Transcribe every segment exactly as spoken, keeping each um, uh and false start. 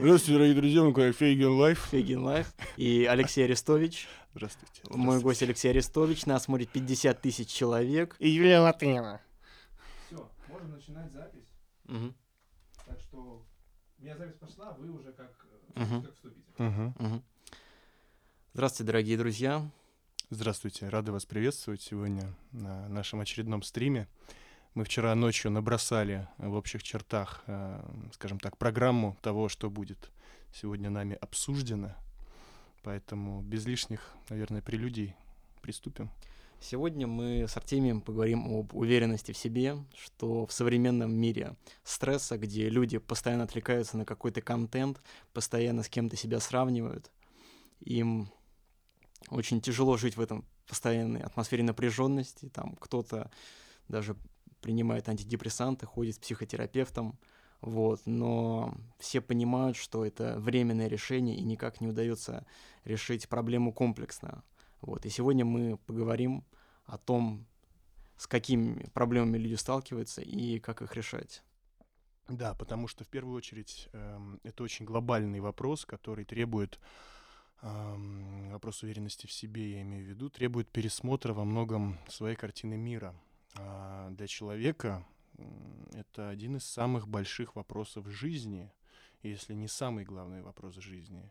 Здравствуйте, дорогие друзья, мы проект Фейген Лайф. Фейген Лайф. И Алексей Арестович. Здравствуйте. Мой гость Алексей Арестович. Нас смотрит пятьдесят тысяч человек. И Юлия Латынина. Все, можно начинать запись. Угу. Так что у меня запись пошла, вы уже как, Угу. как вступите. Угу. Угу. Здравствуйте, дорогие друзья. Здравствуйте, рады вас приветствовать сегодня на нашем очередном стриме. Мы вчера ночью набросали в общих чертах, э, скажем так, программу того, что будет сегодня нами обсуждено. Поэтому без лишних, наверное, прелюдий приступим. Сегодня мы с Артемием поговорим об уверенности в себе, что в современном мире стресса, где люди постоянно отвлекаются на какой-то контент, постоянно с кем-то себя сравнивают, им очень тяжело жить в этом постоянной атмосфере напряженности. Там кто-то даже принимает антидепрессанты, ходит к психотерапевтам, вот, но все понимают, что это временное решение и никак не удается решить проблему комплексно. Вот. И сегодня мы поговорим о том, с какими проблемами люди сталкиваются и как их решать. Да, потому что в первую очередь э, это очень глобальный вопрос, который требует, э, вопрос уверенности в себе, я имею в виду, требует пересмотра во многом своей картины мира. А для человека это один из самых больших вопросов жизни, если не самый главный вопрос жизни.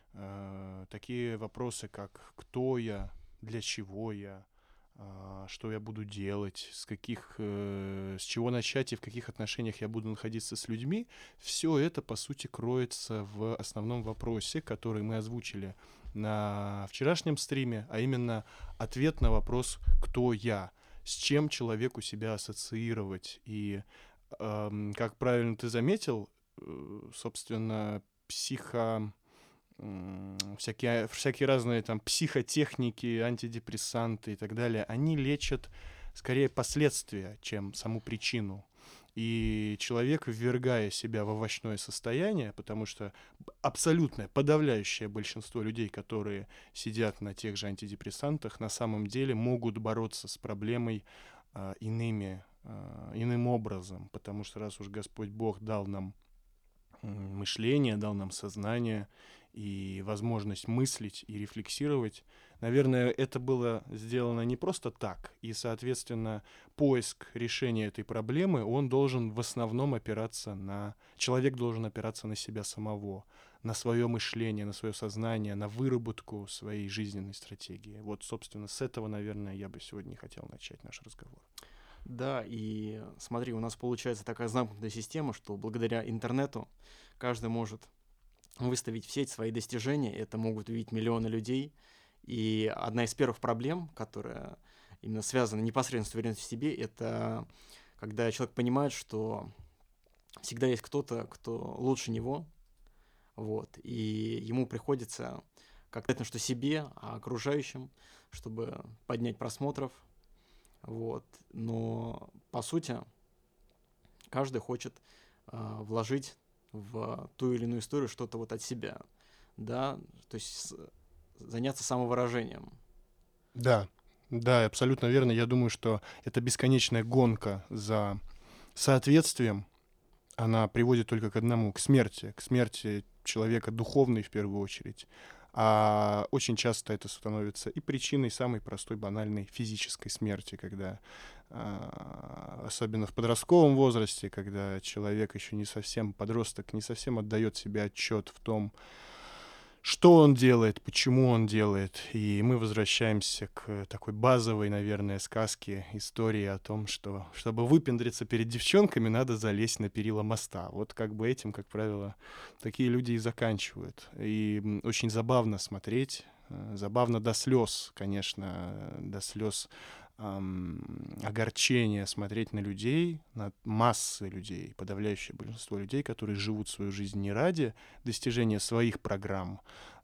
Э, такие вопросы, как «кто я?», «для чего я?», э, «что я буду делать?», с, каких, э, с чего начать и в каких отношениях я буду находиться с людьми, все это, по сути, кроется в основном вопросе, который мы озвучили на вчерашнем стриме, а именно ответ на вопрос «кто я?», с чем человеку себя ассоциировать. И, э, как правильно ты заметил, э, собственно, психо... э, всякие, всякие разные там психотехники, антидепрессанты и так далее, они лечат скорее последствия, чем саму причину. И человек, ввергая себя в овощное состояние, потому что абсолютное, подавляющее большинство людей, которые сидят на тех же антидепрессантах, на самом деле могут бороться с проблемой э, иными, э, иным образом, потому что раз уж Господь Бог дал нам э, мышление, дал нам сознание и возможность мыслить и рефлексировать, наверное, это было сделано не просто так, и, соответственно, поиск решения этой проблемы, он должен в основном опираться на... Человек должен опираться на себя самого, на свое мышление, на свое сознание, на выработку своей жизненной стратегии. Вот, собственно, с этого, наверное, я бы сегодня хотел начать наш разговор. Да, и смотри, у нас получается такая замкнутая система, что благодаря интернету каждый может выставить в сеть свои достижения, это могут увидеть миллионы людей. И одна из первых проблем, которая именно связана непосредственно с уверенностью в себе, это когда человек понимает, что всегда есть кто-то, кто лучше него, вот, и ему приходится как-то это, что себе, а окружающим, чтобы поднять просмотров, вот. Но по сути каждый хочет э, вложить в ту или иную историю что-то вот от себя, да, то есть заняться самовыражением. Да, да, абсолютно верно. Я думаю, что это бесконечная гонка за соответствием, она приводит только к одному, к смерти, к смерти человека духовной в первую очередь. А очень часто это становится и причиной самой простой, банальной физической смерти, когда, а, особенно в подростковом возрасте, когда человек еще не совсем, подросток, не совсем отдает себе отчет в том, что он делает, почему он делает. И мы возвращаемся к такой базовой, наверное, сказке, истории о том, что, чтобы выпендриться перед девчонками, надо залезть на перила моста. Вот как бы этим, как правило, такие люди и заканчивают. И очень забавно смотреть, забавно до слез, конечно, до слез эм, огорчения смотреть на людей, на массы людей, подавляющее большинство людей, которые живут свою жизнь не ради достижения своих программ,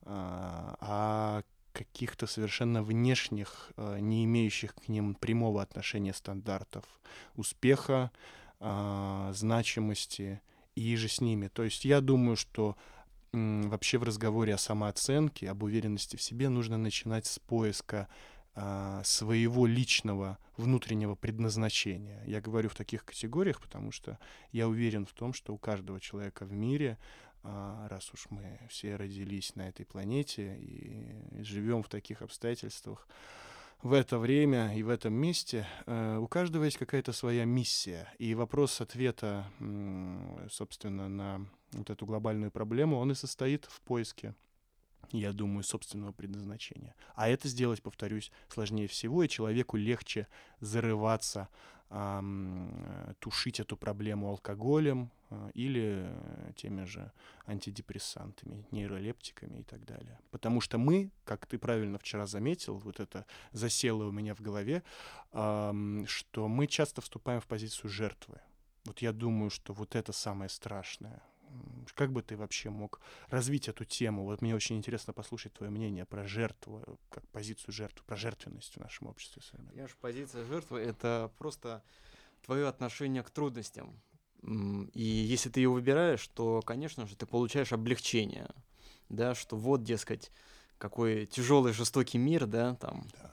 а каких-то совершенно внешних, не имеющих к ним прямого отношения стандартов успеха, значимости и же с ними. То есть я думаю, что м, вообще в разговоре о самооценке, об уверенности в себе нужно начинать с поиска а, своего личного внутреннего предназначения. Я говорю в таких категориях, потому что я уверен в том, что у каждого человека в мире а, раз уж мы все родились на этой планете и живем в таких обстоятельствах, в это время и в этом месте, э, у каждого есть какая-то своя миссия. И вопрос ответа, м, собственно, на вот эту глобальную проблему, он и состоит в поиске, я думаю, собственного предназначения. А это сделать, повторюсь, сложнее всего, и человеку легче зарываться, ам, э, тушить эту проблему алкоголем э, или э, теми же антидепрессантами, нейролептиками и так далее. Потому что мы, как ты правильно вчера заметил, вот это засело у меня в голове, ам, что мы часто вступаем в позицию жертвы. Вот я думаю, что вот это самое страшное. М, Как бы ты вообще мог развить эту тему? Вот мне очень интересно послушать твое мнение про жертву, э, как позицию жертвы, про жертвенность в нашем обществе современном. Понимаешь, позиция жертвы — это просто твое отношение к трудностям. М, И если ты ее выбираешь, то, конечно же, ты получаешь облегчение, да, что вот, дескать, какой тяжелый, жестокий мир, да, там, Да.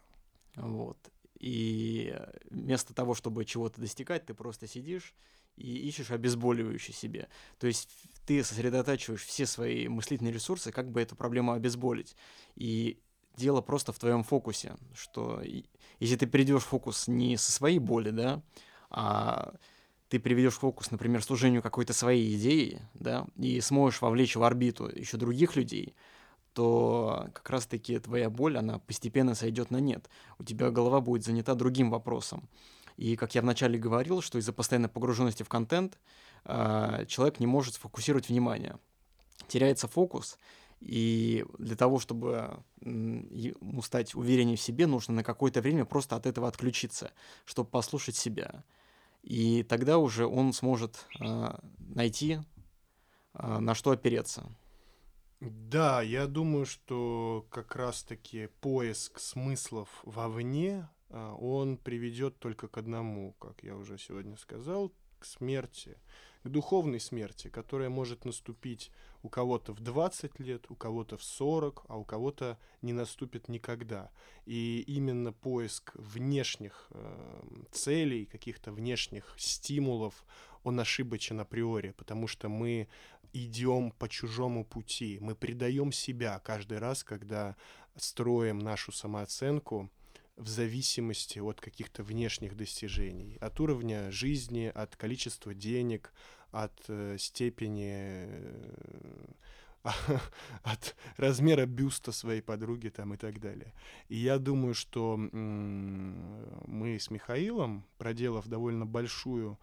вот. И э, вместо того, чтобы чего-то достигать, ты просто сидишь и ищешь обезболивающее себе. То есть ф- ты сосредотачиваешь все свои мыслительные ресурсы, как бы эту проблему обезболить. И дело просто в твоем фокусе, что и- если ты перейдешь фокус не со своей боли, да, а ты приведешь фокус, например, к служению какой-то своей идеи, да, и сможешь вовлечь в орбиту еще других людей, то как раз-таки твоя боль, она постепенно сойдет на нет. У тебя голова будет занята другим вопросом. И, как я вначале говорил, что из-за постоянной погруженности в контент а, человек не может сфокусировать внимание. Теряется фокус, и для того, чтобы м, ему стать увереннее в себе, нужно на какое-то время просто от этого отключиться, чтобы послушать себя. И тогда уже он сможет а, найти, а, на что опереться. Да, я думаю, что как раз-таки поиск смыслов вовне, а, он приведет только к одному, как я уже сегодня сказал, к смерти, к духовной смерти, которая может наступить у кого-то в двадцать лет, у кого-то в сорок, а у кого-то не наступит никогда. И именно поиск внешних э, целей, каких-то внешних стимулов, он ошибочен априори, потому что мы идем по чужому пути. Мы предаем себя каждый раз, когда строим нашу самооценку в зависимости от каких-то внешних достижений, от уровня жизни, от количества денег, от э, степени, э, от размера бюста своей подруги там и так далее. И я думаю, что м, мы с Михаилом, проделав довольно большую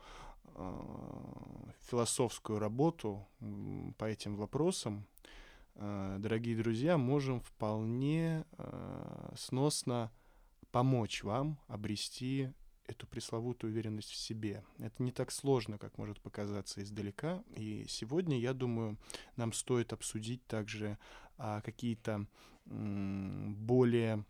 э, философскую работу м, по этим вопросам, э, дорогие друзья, можем вполне э, сносно помочь вам обрести эту пресловутую уверенность в себе. Это не так сложно, как может показаться издалека. И сегодня, я думаю, нам стоит обсудить также а, какие-то м, более,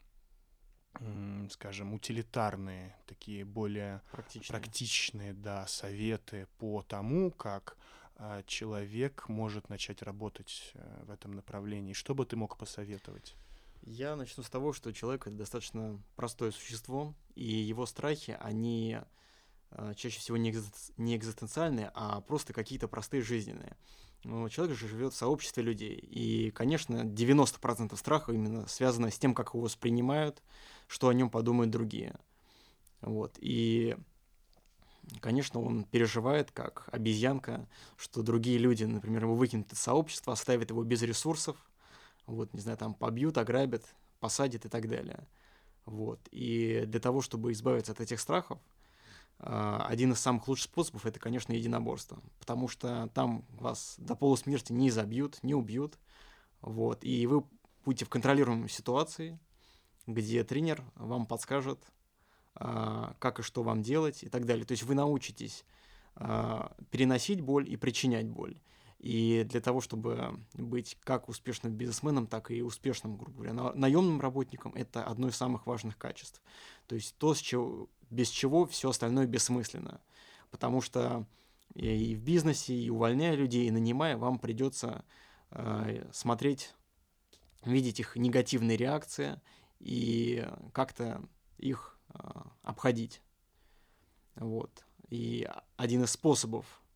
м, скажем, утилитарные, такие более Практично. практичные, да, советы по тому, как а, человек может начать работать э, в этом направлении. Что бы ты мог посоветовать? Я начну с того, что человек — это достаточно простое существо, и его страхи, они э, чаще всего не, экзист- не экзистенциальные, а просто какие-то простые жизненные. Но человек же живет в сообществе людей, и, конечно, девяносто процентов страха именно связано с тем, как его воспринимают, что о нем подумают другие. Вот. И, конечно, он переживает, как обезьянка, что другие люди, например, его выкинут из сообщества, оставят его без ресурсов, вот, не знаю, там побьют, ограбят, посадят и так далее. Вот. И для того, чтобы избавиться от этих страхов, а, один из самых лучших способов — это, конечно, единоборство, потому что там вас до полусмерти не забьют, не убьют, вот, и вы будете в контролируемой ситуации, где тренер вам подскажет, а, как и что вам делать и так далее. То есть вы научитесь а, переносить боль и причинять боль. И для того, чтобы быть как успешным бизнесменом, так и успешным, грубо говоря, на- наемным работником, это одно из самых важных качеств. То есть то, с чего, без чего все остальное бессмысленно. Потому что и в бизнесе, и увольняя людей, и нанимая, вам придется э, смотреть, видеть их негативные реакции и как-то их э, обходить. Вот. И один из способов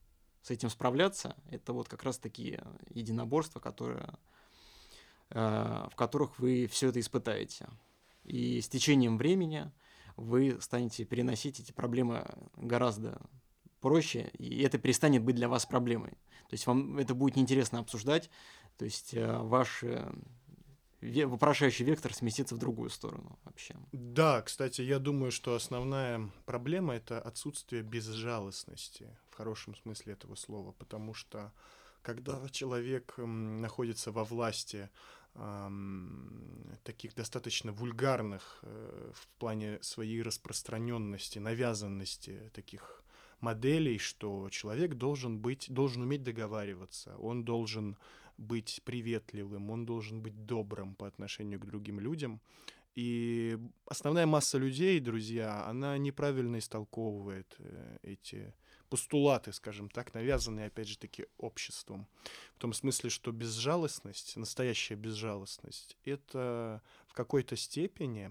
с этим справляться, это вот как раз такие единоборства, которые, э, в которых вы все это испытаете. И с течением времени вы станете переносить эти проблемы гораздо проще, и это перестанет быть для вас проблемой. То есть вам это будет неинтересно обсуждать, то есть э, ваш э, ве- вопрошающий вектор сместится в другую сторону вообще. Да, кстати, я думаю, что основная проблема — это отсутствие безжалостности в хорошем смысле этого слова, потому что когда человек м, находится во власти ам, таких достаточно вульгарных э, в плане своей распространенности, навязанности таких моделей, что человек должен быть, должен уметь договариваться, он должен быть приветливым, он должен быть добрым по отношению к другим людям. И основная масса людей, друзья, она неправильно истолковывает э, эти постулаты, скажем так, навязанные, опять же таки, обществом. В том смысле, что безжалостность, настоящая безжалостность, это в какой-то степени,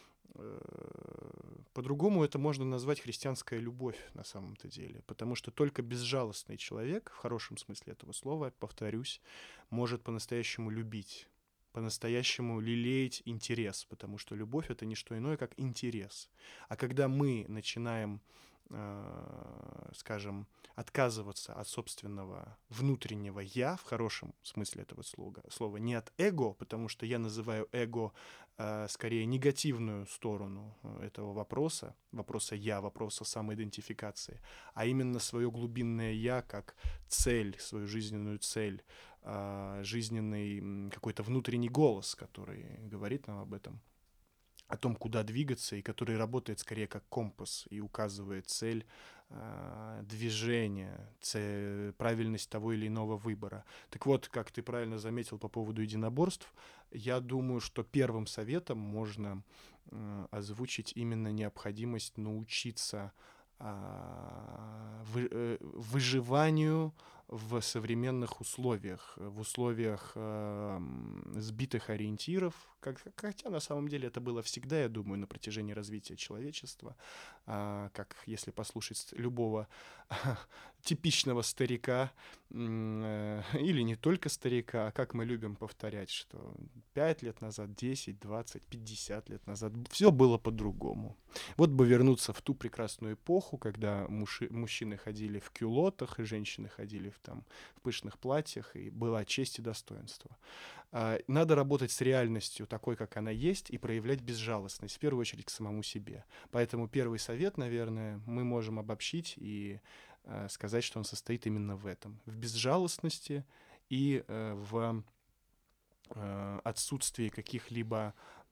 э, по-другому это можно назвать христианская любовь на самом-то деле. Потому что только безжалостный человек, в хорошем смысле этого слова, повторюсь, может по-настоящему любить, по-настоящему лелеять интерес, потому что любовь — это не что иное, как интерес. А когда мы начинаем, э, скажем, отказываться от собственного внутреннего «я», в хорошем смысле этого слова, слова, не от эго, потому что я называю эго э, скорее негативную сторону этого вопроса, вопроса «я», вопроса самоидентификации, а именно свое глубинное «я» как цель, свою жизненную цель, жизненный какой-то внутренний голос, который говорит нам об этом, о том, куда двигаться, и который работает скорее как компас и указывает цель движения, цель, правильность того или иного выбора. Так вот, как ты правильно заметил по поводу единоборств, я думаю, что первым советом можно озвучить именно необходимость научиться выживанию в современных условиях, в условиях э, сбитых ориентиров, как, хотя на самом деле это было всегда, я думаю, на протяжении развития человечества, э, как если послушать любого типичного старика, э, или не только старика, как мы любим повторять, что пять лет назад, десять, двадцать, пятьдесят лет назад все было по-другому. Вот бы вернуться в ту прекрасную эпоху, когда мужи, мужчины ходили в кюлотах, и женщины ходили в, там, в пышных платьях, и была честь и достоинство. А, надо работать с реальностью такой, как она есть, и проявлять безжалостность, в первую очередь, к самому себе. Поэтому первый совет, наверное, мы можем обобщить и а, сказать, что он состоит именно в этом. В безжалостности и а, в а, отсутствии каких-либо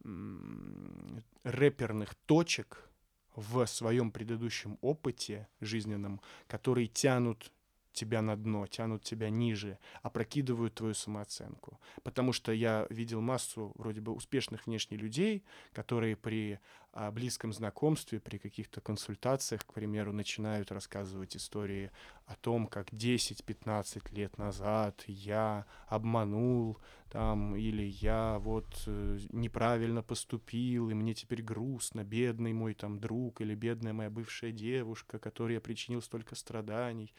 м, реперных точек в своем предыдущем опыте жизненном, которые тянут тебя на дно, тянут тебя ниже, опрокидывают твою самооценку. Потому что я видел массу вроде бы успешных внешне людей, которые при а, близком знакомстве, при каких-то консультациях, к примеру, начинают рассказывать истории о том, как десять-пятнадцать лет назад я обманул, там, или я вот э, неправильно поступил, и мне теперь грустно, бедный мой там друг или бедная моя бывшая девушка, которой я причинил столько страданий.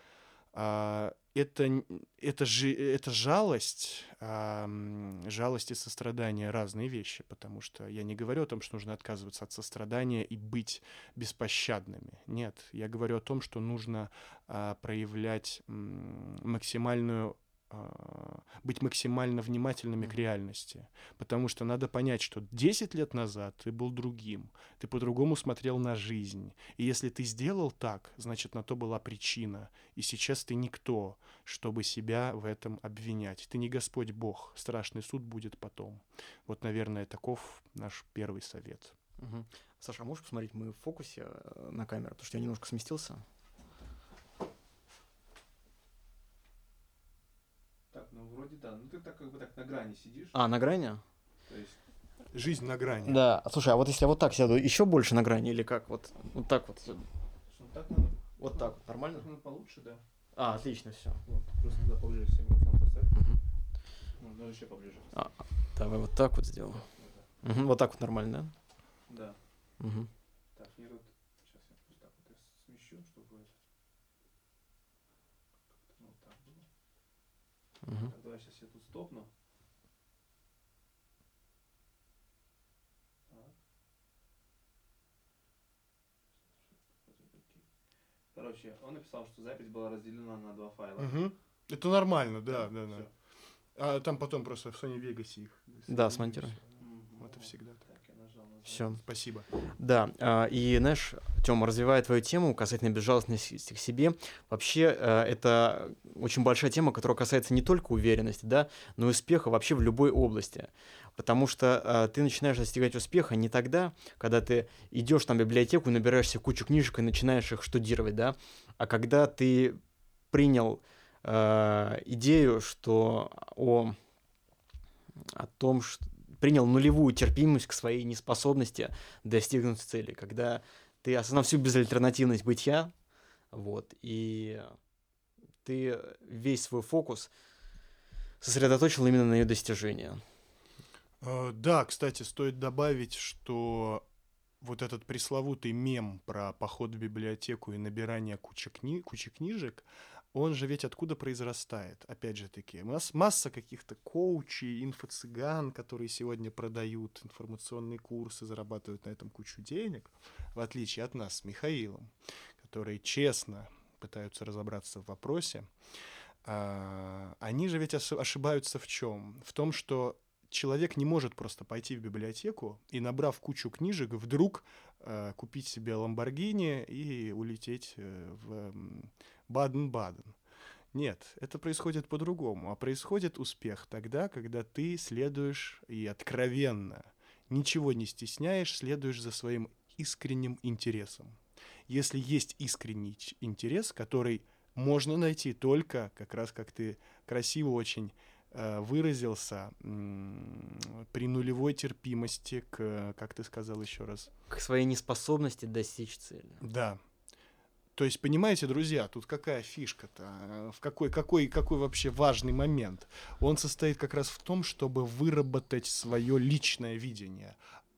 А, это, это, же, это жалость, а, жалость и сострадание — разные вещи, потому что я не говорю о том, что нужно отказываться от сострадания и быть беспощадными. Нет, я говорю о том, что нужно а, проявлять м, максимальную быть максимально внимательными к реальности. Потому что надо понять, что десять лет назад ты был другим, ты по-другому смотрел на жизнь. И если ты сделал так, значит, на то была причина. И сейчас ты никто, чтобы себя в этом обвинять. Ты не Господь Бог. Страшный суд будет потом. Вот, наверное, таков наш первый совет. Угу. Саша, а можешь посмотреть, мы в фокусе на камеру, потому что я немножко сместился. Ну, вроде да. Ну, ты так как бы так на грани сидишь. А, на грани? То есть... Жизнь на грани. Да. Слушай, а вот если я вот так сяду, еще больше на грани или как? Вот, вот так вот. Ну, так надо... Вот так вот, нормально? Так надо получше, да. А, отлично, все. Вот, просто туда поближе себе микрофон поставь. Угу. Ну, даже еще поближе. А, давай вот так вот сделаем. Да, Угу, вот так вот нормально, да? Да. Угу. Так, мне тут... Сейчас я вот так вот смещу, чтобы... Мгм. Давай сейчас я тут стопну. Так. Короче, он написал, что запись была разделена на два файла. Мгм. Это нормально, да, да, да. Всё. А там потом просто в Sony Vegas их Да, соединили, смонтируем. всё. Мгм. Это всегда так. Так, я нажал на Все. запись. Спасибо. Да, а, и знаешь, Тёма, развивая твою тему касательно безжалостности к себе, вообще э, это очень большая тема, которая касается не только уверенности, да, но и успеха вообще в любой области. Потому что э, ты начинаешь достигать успеха не тогда, когда ты идешь там в библиотеку, набираешь себе кучу книжек и начинаешь их штудировать, да, а когда ты принял э, идею, что о, о том, что принял нулевую терпимость к своей неспособности достигнуть цели, когда ты осознал всю безальтернативность бытия, вот, и ты весь свой фокус сосредоточил именно на ее достижении. Э, Да, кстати, стоит добавить, что вот этот пресловутый мем про поход в библиотеку и набирание кучи, кни- кучи книжек, он же ведь откуда произрастает? Опять же таки, масс- масса каких-то коучей, инфо-цыган, которые сегодня продают информационные курсы, зарабатывают на этом кучу денег, в отличие от нас с Михаилом, которые честно пытаются разобраться в вопросе. А, Они же ведь оши- ошибаются в чем? В том, что человек не может просто пойти в библиотеку и, набрав кучу книжек, вдруг э, купить себе Ламборгини и улететь э, в м, Баден-Баден. Нет, это происходит по-другому. А происходит успех тогда, когда ты следуешь и откровенно, ничего не стесняешь, следуешь за своим искренним интересом. Если есть искренний ч- интерес, который можно найти только, как раз как ты красиво очень э, выразился, м, при нулевой терпимости к, как ты сказал еще раз, К своей неспособности достичь цели. да. То есть, понимаете, друзья, тут какая фишка-то, а, в какой, какой, какой вообще важный момент? Он состоит как раз в том, чтобы выработать свое личное видение,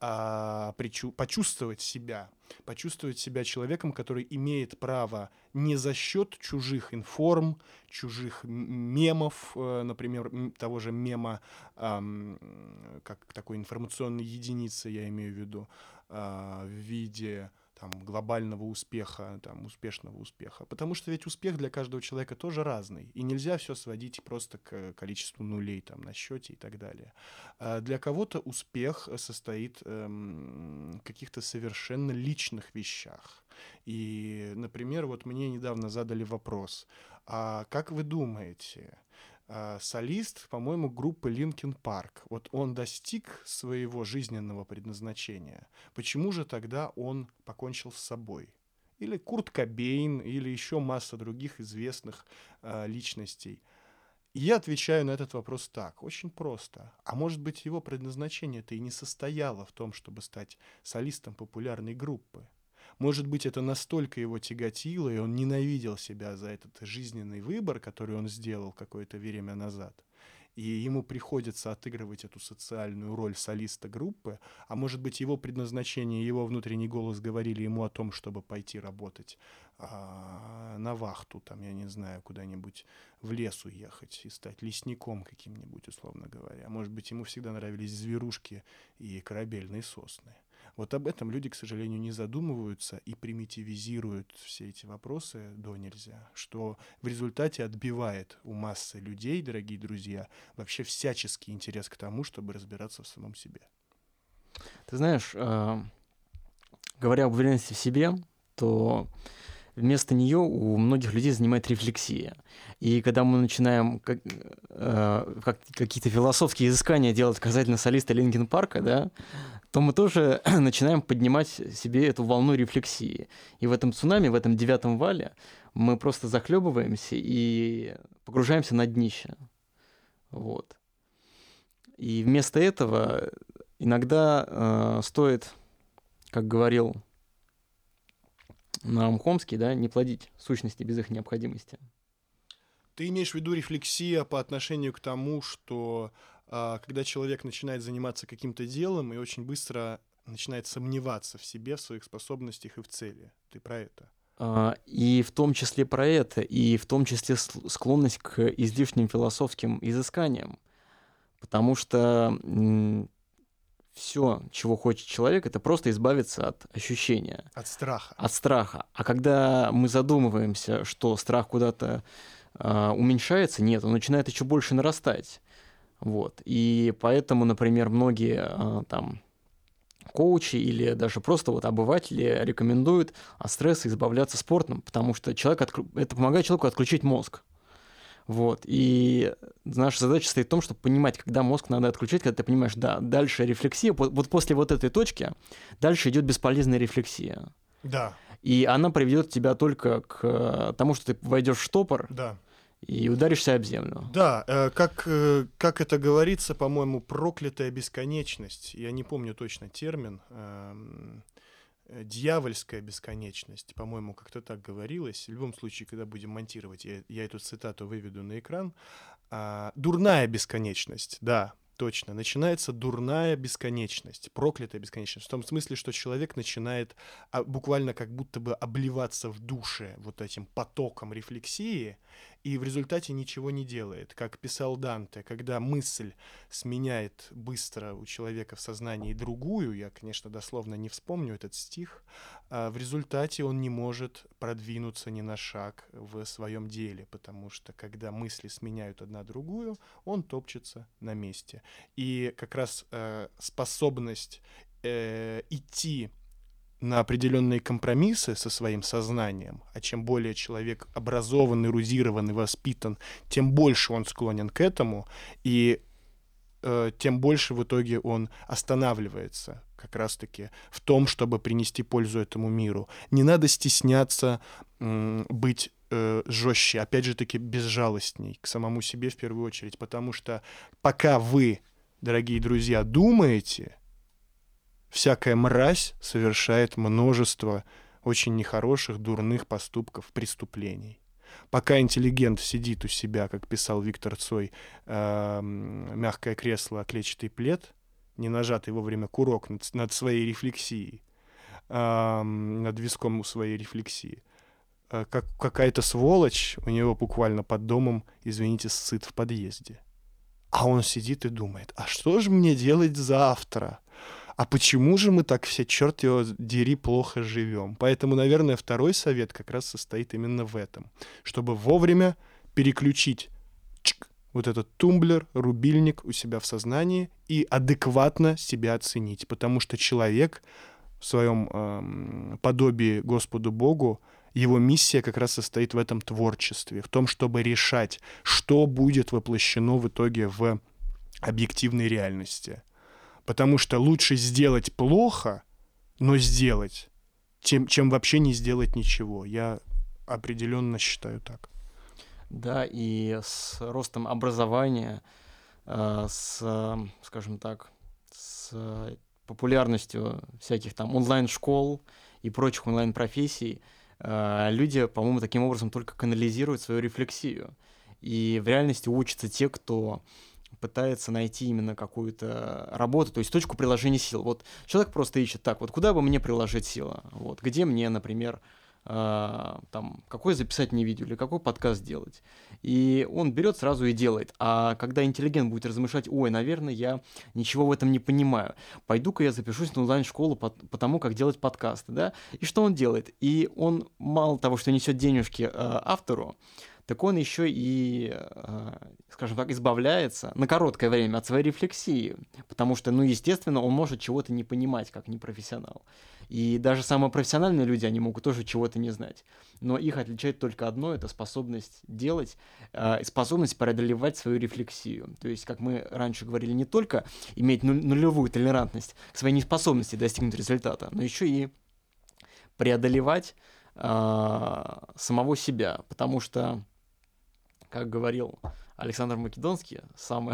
а, причу- почувствовать себя, почувствовать себя человеком, который имеет право не за счет чужих информ, чужих м- мемов, э, например, м, того же мема, ам, как такой информационной единицы, я имею в виду, а, в виде там, глобального успеха, там, успешного успеха. Потому что ведь успех для каждого человека тоже разный. И нельзя все сводить просто к количеству нулей там, на счете и так далее. А для кого-то успех состоит эм, в каких-то совершенно личных вещах. И, например, вот мне недавно задали вопрос, а как вы думаете, а, солист, по-моему, группы Linkin Park, вот он достиг своего жизненного предназначения, почему же тогда он покончил с собой? Или Курт Кобейн, или еще масса других известных э, личностей. И я отвечаю на этот вопрос так, очень просто. А может быть, его предназначение-то и не состояло в том, чтобы стать солистом популярной группы? Может быть, это настолько его тяготило, и он ненавидел себя за этот жизненный выбор, который он сделал какое-то время назад. И ему приходится отыгрывать эту социальную роль солиста группы, а может быть, его предназначение, его внутренний голос говорили ему о том, чтобы пойти работать а, на вахту, там, я не знаю, куда-нибудь в лес уехать и стать лесником каким-нибудь, условно говоря. Может быть, ему всегда нравились зверушки и корабельные сосны. Вот об этом люди, к сожалению, не задумываются и примитивизируют все эти вопросы до нельзя, что в результате отбивает у массы людей, дорогие друзья, вообще всяческий интерес к тому, чтобы разбираться в самом себе. Ты знаешь, э, говоря об уверенности в себе, то вместо нее у многих людей занимает рефлексия. И когда мы начинаем как, э, как, какие-то философские изыскания делать касательно солиста Линкин Парка, да, то мы тоже начинаем поднимать себе эту волну рефлексии. И в этом цунами, в этом девятом вале мы просто захлебываемся и погружаемся на днище. Вот. И вместо этого иногда э, стоит, как говорил Наум Хомский, да, не плодить сущности без их необходимости. Ты имеешь в виду рефлексия по отношению к тому, что а, когда человек начинает заниматься каким-то делом и очень быстро начинает сомневаться в себе, в своих способностях и в цели. Ты про это? А, И в том числе про это, и в том числе сл- склонность к излишним философским изысканиям. Потому что все, чего хочет человек, это просто избавиться от ощущения, От страха. от страха. А когда мы задумываемся, что страх куда-то а, уменьшается, нет, он начинает еще больше нарастать. Вот. И поэтому, например, многие а, там коучи или даже просто вот обыватели рекомендуют от стресса избавляться спортом, потому что человек откру- это помогает человеку отключить мозг. Вот. И наша задача стоит в том, чтобы понимать, когда мозг надо отключить, когда ты понимаешь, да, дальше рефлексия, вот, вот после вот этой точки дальше идет бесполезная рефлексия. Да, И она приведет тебя только к тому, что ты войдешь в штопор да. и ударишься об землю. Да, э, как, э, как это говорится, по-моему, проклятая бесконечность. Я не помню точно термин. эм, э, Дьявольская бесконечность, по-моему, как-то так говорилось. В любом случае, когда будем монтировать, я, я эту цитату выведу на экран. А, дурная бесконечность, да, точно. Начинается дурная бесконечность, проклятая бесконечность. В том смысле, что человек начинает а, буквально как будто бы обливаться в душе вот этим потоком рефлексии, и в результате ничего не делает. Как писал Данте, когда мысль сменяет быстро у человека в сознании другую, я, конечно, дословно не вспомню этот стих, а в результате он не может продвинуться ни на шаг в своем деле, потому что когда мысли сменяют одна другую, он топчется на месте. И как раз э, способность э, идти на определенные компромиссы со своим сознанием, а чем более человек образован, эрудирован и воспитан, тем больше он склонен к этому, и э, тем больше в итоге он останавливается как раз-таки в том, чтобы принести пользу этому миру. Не надо стесняться м, быть э, жестче, опять же таки безжалостней к самому себе в первую очередь, потому что пока вы, дорогие друзья, думаете, всякая мразь совершает множество очень нехороших, дурных поступков, преступлений. Пока интеллигент сидит у себя, как писал Виктор Цой, э, мягкое кресло, клетчатый плед, не нажатый вовремя курок над, над своей рефлексией, э, над виском у своей рефлексии, э, как какая-то сволочь у него буквально под домом, извините, ссыт в подъезде. А он сидит и думает, а что же мне делать завтра? А почему же мы так все, черт его дери, плохо живем? Поэтому, наверное, второй совет как раз состоит именно в этом. Чтобы вовремя переключить чик, вот этот тумблер, рубильник у себя в сознании и адекватно себя оценить. Потому что человек в своем эм, подобии Господу Богу, его миссия как раз состоит в этом творчестве, в том, чтобы решать, что будет воплощено в итоге в объективной реальности. Потому что лучше сделать плохо, но сделать, чем, чем вообще не сделать ничего. Я определенно считаю так. Да, и с ростом образования, э, с, скажем так, с популярностью всяких там онлайн-школ и прочих онлайн-профессий, э, люди, по-моему, таким образом только канализируют свою рефлексию. И в реальности учатся те, кто пытается найти именно какую-то работу, то есть точку приложения сил. Вот человек просто ищет, так, вот куда бы мне приложить силы? Вот, где мне, например, э, там, какое записать мне видео или какой подкаст делать? И он берет сразу и делает. А когда интеллигент будет размышлять, ой, наверное, я ничего в этом не понимаю, пойду-ка я запишусь на онлайн-школу по, по тому, как делать подкасты, да? И что он делает? И он мало того, что несет денежки э, автору, так он еще и, скажем так, избавляется на короткое время от своей рефлексии, потому что, ну, естественно, он может чего-то не понимать, как непрофессионал. И даже самые профессиональные люди, они могут тоже чего-то не знать. Но их отличает только одно — это способность делать, способность преодолевать свою рефлексию. То есть, как мы раньше говорили, не только иметь нулевую толерантность к своей неспособности достигнуть результата, но еще и преодолевать самого себя, потому что, как говорил Александр Македонский, самая,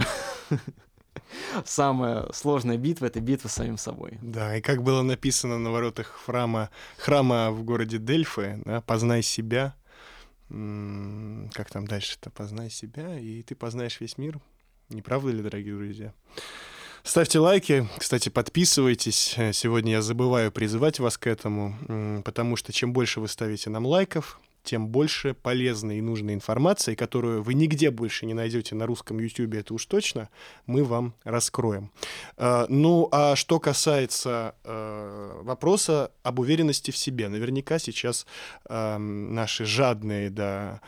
самая сложная битва — это битва с самим собой. Да, и как было написано на воротах храма, храма в городе Дельфы, да, «Познай себя». М-м, как там дальше-то? «Познай себя, и ты познаешь весь мир». Не правда ли, дорогие друзья? Ставьте лайки, кстати, подписывайтесь. Сегодня я забываю призывать вас к этому, потому что чем больше вы ставите нам лайков, тем больше полезной и нужной информации, которую вы нигде больше не найдете на русском Ютубе, это уж точно, мы вам раскроем. Ну, а что касается вопроса об уверенности в себе, наверняка сейчас наши жадные до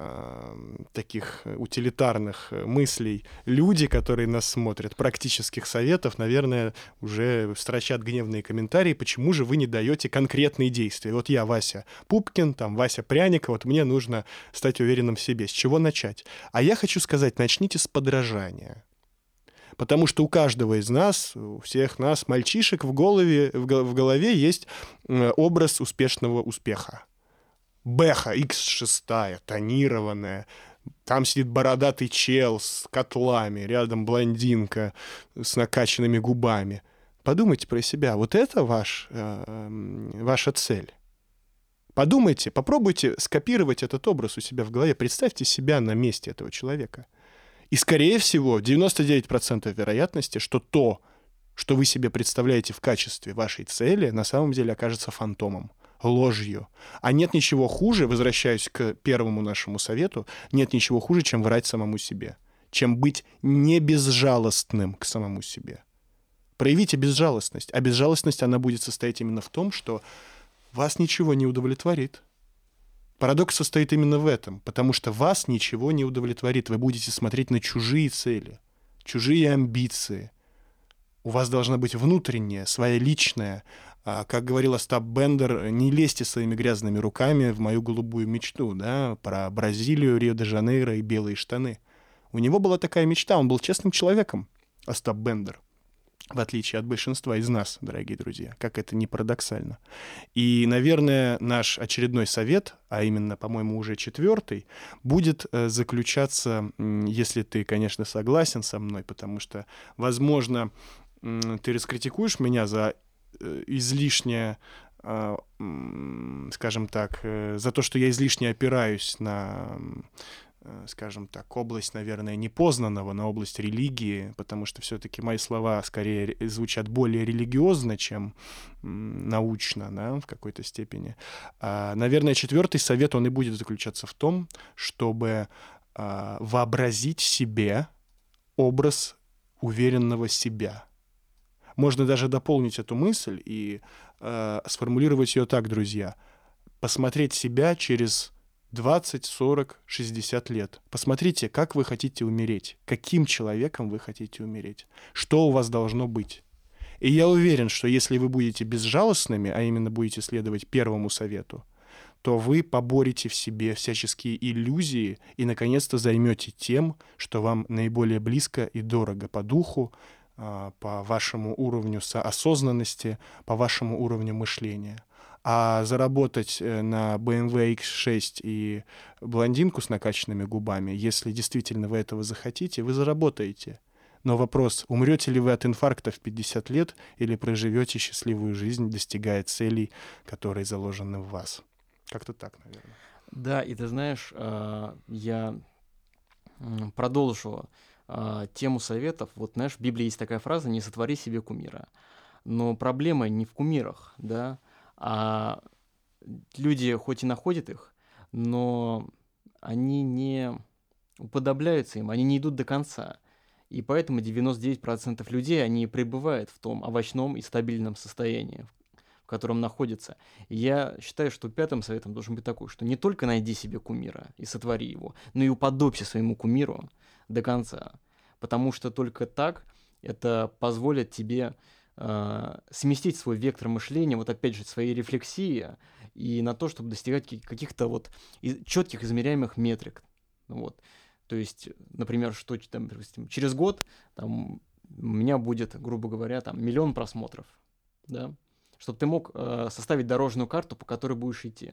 таких утилитарных мыслей люди, которые нас смотрят, практических советов, наверное, уже строчат гневные комментарии, почему же вы не даете конкретные действия. Вот я, Вася Пупкин, там, Вася Пряник, вот мне нужно стать уверенным в себе. С чего начать? А я хочу сказать, начните с подражания. Потому что у каждого из нас, у всех нас, мальчишек в голове, в голове есть образ успешного успеха. Бэха, икс шесть, тонированная. Там сидит бородатый чел с котлами, рядом блондинка с накачанными губами. Подумайте про себя. Вот это ваш, э, ваша цель. Подумайте, попробуйте скопировать этот образ у себя в голове. Представьте себя на месте этого человека. И, скорее всего, девяносто девять процентов вероятности, что то, что вы себе представляете в качестве вашей цели, на самом деле окажется фантомом, ложью. А нет ничего хуже, возвращаюсь к первому нашему совету, нет ничего хуже, чем врать самому себе, чем быть не безжалостным к самому себе. Проявите безжалостность. А безжалостность, она будет состоять именно в том, что вас ничего не удовлетворит. Парадокс состоит именно в этом, потому что вас ничего не удовлетворит. Вы будете смотреть на чужие цели, чужие амбиции. У вас должна быть внутренняя, своя личная. Как говорил Остап Бендер, не лезьте своими грязными руками в мою голубую мечту, да, про Бразилию, Рио-де-Жанейро и белые штаны. У него была такая мечта, он был честным человеком, Остап Бендер. В отличие от большинства из нас, дорогие друзья, как это ни парадоксально. И, наверное, наш очередной совет, а именно, по-моему, уже четвертый, будет заключаться, если ты, конечно, согласен со мной, потому что, возможно, ты раскритикуешь меня за излишнее, скажем так, за то, что я излишне опираюсь на, скажем так, область, наверное, непознанного, на область религии, потому что все-таки мои слова скорее звучат более религиозно, чем научно, да, в какой-то степени. А, наверное, четвертый совет, он и будет заключаться в том, чтобы а, вообразить себе образ уверенного себя. Можно даже дополнить эту мысль и э, сформулировать ее так, друзья. Посмотреть себя через двадцать, сорок, шестьдесят лет. Посмотрите, как вы хотите умереть, каким человеком вы хотите умереть, что у вас должно быть. И я уверен, что если вы будете безжалостными, а именно будете следовать первому совету, то вы поборете в себе всяческие иллюзии и, наконец-то, займете тем, что вам наиболее близко и дорого по духу, по вашему уровню осознанности, по вашему уровню мышления. А заработать на бэ эм вэ икс шесть и блондинку с накачанными губами, если действительно вы этого захотите, вы заработаете. Но вопрос, умрете ли вы от инфаркта в пятьдесят лет или проживете счастливую жизнь, достигая целей, которые заложены в вас. Как-то так, наверное. Да, и ты знаешь, я продолжу тему советов. Вот, знаешь, в Библии есть такая фраза: «Не сотвори себе кумира». Но проблема не в кумирах, да, а люди хоть и находят их, но они не уподобляются им, они не идут до конца. И поэтому девяносто девять процентов людей, они пребывают в том овощном и стабильном состоянии, в котором находятся. И я считаю, что пятым советом должен быть такой, что не только найди себе кумира и сотвори его, но и уподобься своему кумиру до конца. Потому что только так это позволит тебе э, сместить свой вектор мышления, вот опять же, своей рефлексии и на то, чтобы достигать каких-то вот четких измеряемых метрик. Вот. То есть, например, что там, допустим, через год там, у меня будет, грубо говоря, там, миллион просмотров, да? Чтобы ты мог э, составить дорожную карту, по которой будешь идти.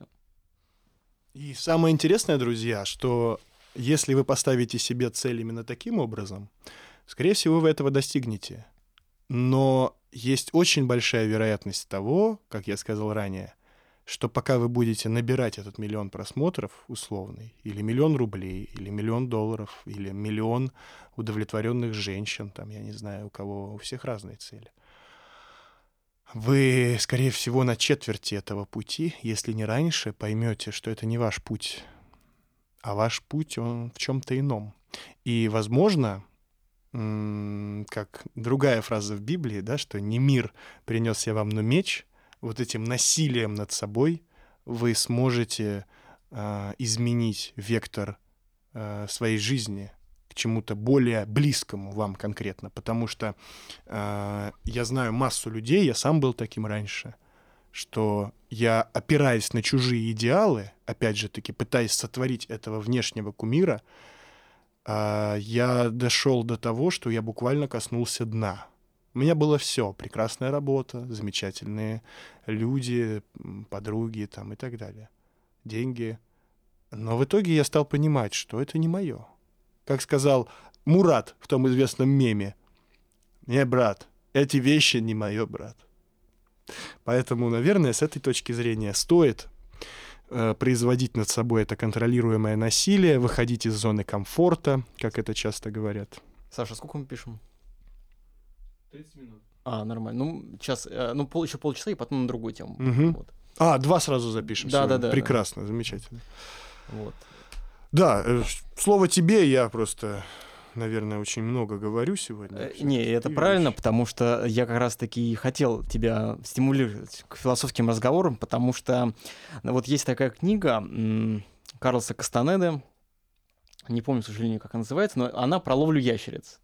И самое интересное, друзья, что если вы поставите себе цель именно таким образом, скорее всего, вы этого достигнете. Но есть очень большая вероятность того, как я сказал ранее, что пока вы будете набирать этот миллион просмотров условный, или миллион рублей, или миллион долларов, или миллион удовлетворенных женщин, там, я не знаю, у кого, у всех разные цели, вы, скорее всего, на четверти этого пути, если не раньше, поймете, что это не ваш путь, а ваш путь, он в чем-то ином. И, возможно, как другая фраза в Библии, да, что не мир принес я вам, но меч, вот этим насилием над собой вы сможете э, изменить вектор э, своей жизни к чему-то более близкому вам конкретно. Потому что э, я знаю массу людей, я сам был таким раньше, что я, опираясь на чужие идеалы, опять же таки пытаясь сотворить этого внешнего кумира, э, я дошел до того, что я буквально коснулся дна. У меня было все. Прекрасная работа, замечательные люди, подруги там и так далее. Деньги. Но в итоге я стал понимать, что это не мое. Как сказал Мурат в том известном меме: «Не, брат, эти вещи не мое, брат». Поэтому, наверное, с этой точки зрения стоит э, производить над собой это контролируемое насилие, выходить из зоны комфорта, как это часто говорят. Саша, сколько мы пишем? тридцать минут. А, нормально. Ну, сейчас, э, ну, пол, еще полчаса, и потом на другую тему. Угу. Вот. А, два сразу запишем. Да, да, да. Прекрасно, да. Замечательно. Вот. Да, э, слово тебе, я просто, наверное, очень много говорю сегодня. Э, не, это Ты правильно, видишь. потому что я как раз-таки и хотел тебя стимулировать к философским разговорам, потому что ну, вот есть такая книга м, Карлоса Кастанеды, не помню, к сожалению, как она называется, но она про ловлю ящериц.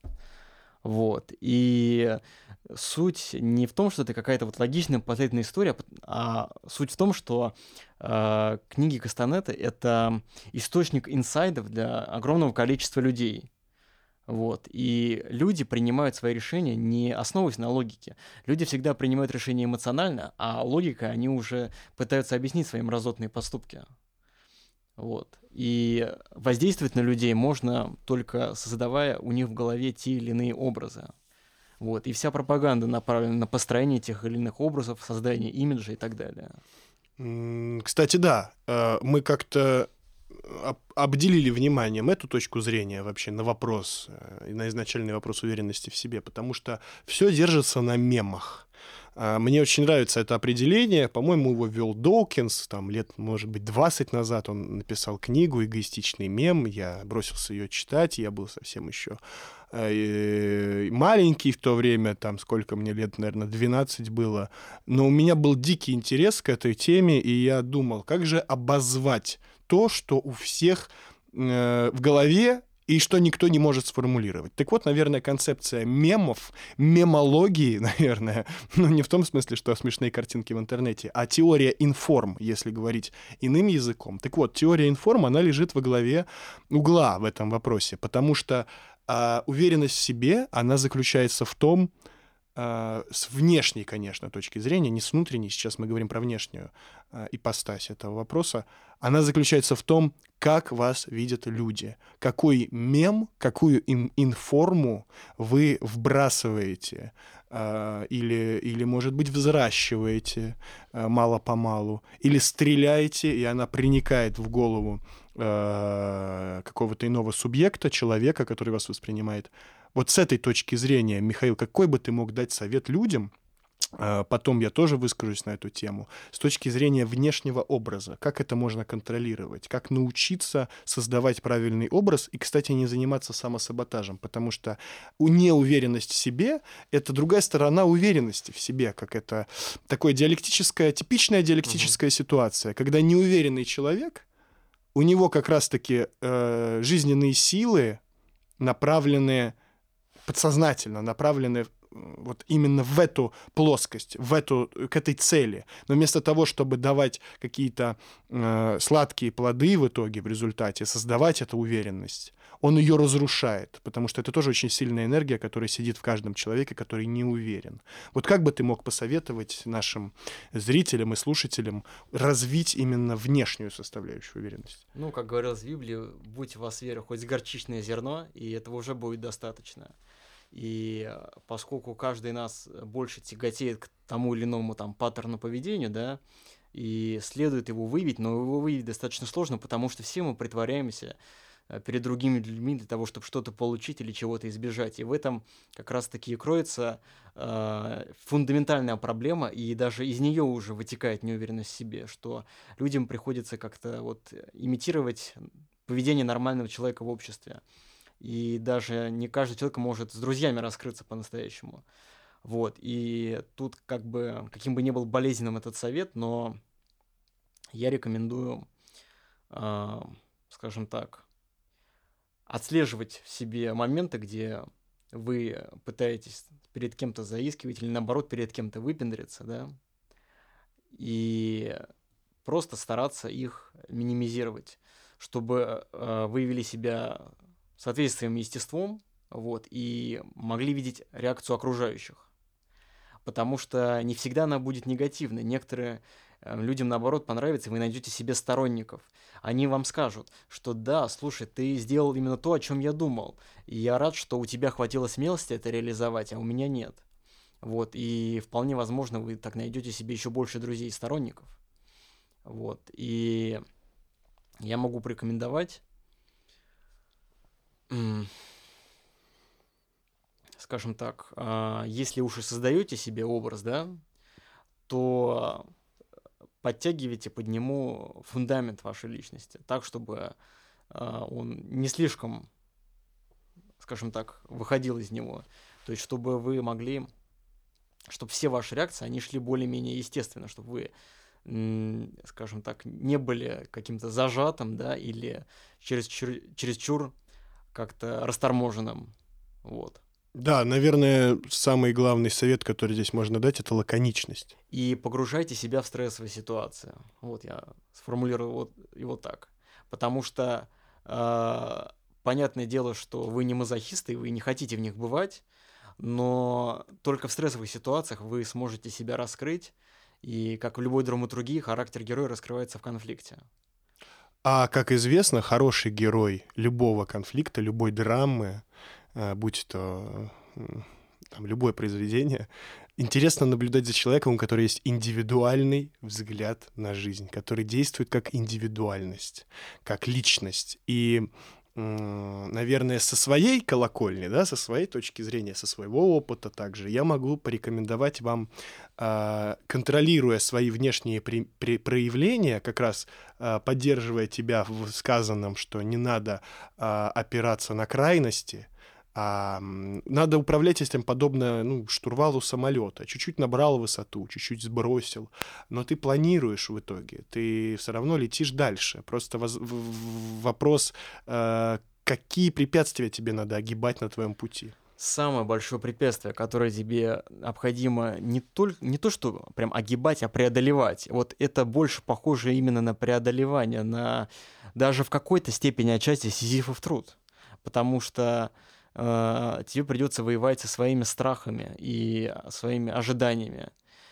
Вот. И суть не в том, что это какая-то вот логичная, последовательная история, а суть в том, что э, книги Кастанеды — это источник инсайдов для огромного количества людей. Вот. И люди принимают свои решения не основываясь на логике. Люди всегда принимают решения эмоционально, а логикой они уже пытаются объяснить свои мразотные поступки. Вот. И воздействовать на людей можно только создавая у них в голове те или иные образы. Вот. И вся пропаганда направлена на построение тех или иных образов, создание имиджа и так далее. Кстати, да, мы как-то обделили вниманием эту точку зрения вообще на вопрос, на изначальный вопрос уверенности в себе, потому что все держится на мемах. Мне очень нравится это определение. По-моему, его ввел Доукинс, там лет, может быть, двадцать назад он написал книгу «Эгоистичный мем». Я бросился ее читать, я был совсем еще маленький в то время, там сколько мне лет, наверное, двенадцать было. Но у меня был дикий интерес к этой теме, и я думал, как же обозвать то, что у всех э, в голове, и что никто не может сформулировать. Так вот, наверное, концепция мемов, мемологии, наверное, ну не в том смысле, что смешные картинки в интернете, а теория информ, если говорить иным языком. Так вот, теория информ, она лежит во главе угла в этом вопросе, потому что а, уверенность в себе, она заключается в том, а, с внешней, конечно, точки зрения, не с внутренней, сейчас мы говорим про внешнюю а, ипостась этого вопроса, она заключается в том, как вас видят люди, какой мем, какую ин- информу вы вбрасываете э, или, или, может быть, взращиваете э, мало-помалу, или стреляете, и она проникает в голову э, какого-то иного субъекта, человека, который вас воспринимает. Вот с этой точки зрения, Михаил, какой бы ты мог дать совет людям, потом я тоже выскажусь на эту тему, с точки зрения внешнего образа, как это можно контролировать, как научиться создавать правильный образ и, кстати, не заниматься самосаботажем, потому что неуверенность в себе — это другая сторона уверенности в себе, как это такое диалектическая, типичная диалектическая uh-huh. ситуация, когда неуверенный человек, у него как раз-таки э, жизненные силы направлены подсознательно, направлены вот именно в эту плоскость, в эту, к этой цели. Но вместо того, чтобы давать какие-то э, сладкие плоды в итоге, в результате, создавать эту уверенность, он ее разрушает, потому что это тоже очень сильная энергия, которая сидит в каждом человеке, который не уверен. Вот как бы ты мог посоветовать нашим зрителям и слушателям развить именно внешнюю составляющую уверенности? Ну, как говорилось в Библии, будь у вас вера хоть горчичное зерно, и этого уже будет достаточно. И поскольку каждый из нас больше тяготеет к тому или иному там паттерну поведения, да, и следует его выявить, но его выявить достаточно сложно, потому что все мы притворяемся э, перед другими людьми для того, чтобы что-то получить или чего-то избежать. И в этом как раз-таки и кроется э, фундаментальная проблема, и даже из нее уже вытекает неуверенность в себе, что людям приходится как-то вот имитировать поведение нормального человека в обществе. И даже не каждый человек может с друзьями раскрыться по-настоящему. Вот, и тут как бы, каким бы ни был болезненным этот совет, но я рекомендую, э, скажем так, отслеживать в себе моменты, где вы пытаетесь перед кем-то заискивать или наоборот перед кем-то выпендриться, да, и просто стараться их минимизировать, чтобы э, вы вели себя в соответствии с своим естеством, вот, и могли видеть реакцию окружающих. Потому что не всегда она будет негативной. Некоторые э, людям, наоборот, понравится, и вы найдете себе сторонников. Они вам скажут, что да, слушай, ты сделал именно то, о чем я думал. И я рад, что у тебя хватило смелости это реализовать, а у меня нет. Вот, и вполне возможно, вы так найдете себе еще больше друзей и сторонников. Вот, и я могу порекомендовать, м, скажем так, а, если уж и создаете себе образ, да, то подтягивайте под нему фундамент вашей личности, так, чтобы а, он не слишком, скажем так, выходил из него. То есть, чтобы вы могли, чтобы все ваши реакции, они шли более-менее естественно, чтобы вы, м, скажем так, не были каким-то зажатым, да, или чересчур, чересчур как-то расторможенным. Вот. Да, наверное, самый главный совет, который здесь можно дать, это лаконичность. И погружайте себя в стрессовые ситуации. Вот я сформулирую вот его так. Потому что э, понятное дело, что вы не мазохисты, и вы не хотите в них бывать, но только в стрессовых ситуациях вы сможете себя раскрыть, и, как в любой драматургии, характер героя раскрывается в конфликте. А, как известно, хороший герой любого конфликта, любой драмы, э, будь то э, там, любое произведение, интересно наблюдать за человеком, у которого есть индивидуальный взгляд на жизнь, который действует как индивидуальность, как личность. И, м, наверное, со своей колокольни, да, со своей точки зрения, со своего опыта также, я могу порекомендовать вам, а, контролируя свои внешние при- при- проявления, как раз а, поддерживая тебя в сказанном, что не надо а, опираться на крайности, а м, надо управлять этим подобно, ну, штурвалу самолета. Чуть-чуть набрал высоту, чуть-чуть сбросил, но ты планируешь в итоге, ты все равно летишь дальше. Просто воз- в- в- вопрос, э, какие препятствия тебе надо огибать на твоем пути. Самое большое препятствие, которое тебе необходимо не, только, не то, что прям огибать, а преодолевать. Вот это больше похоже именно на преодолевание, на даже в какой-то степени отчасти сизифов труд. Потому что э, тебе придется воевать со своими страхами и своими ожиданиями.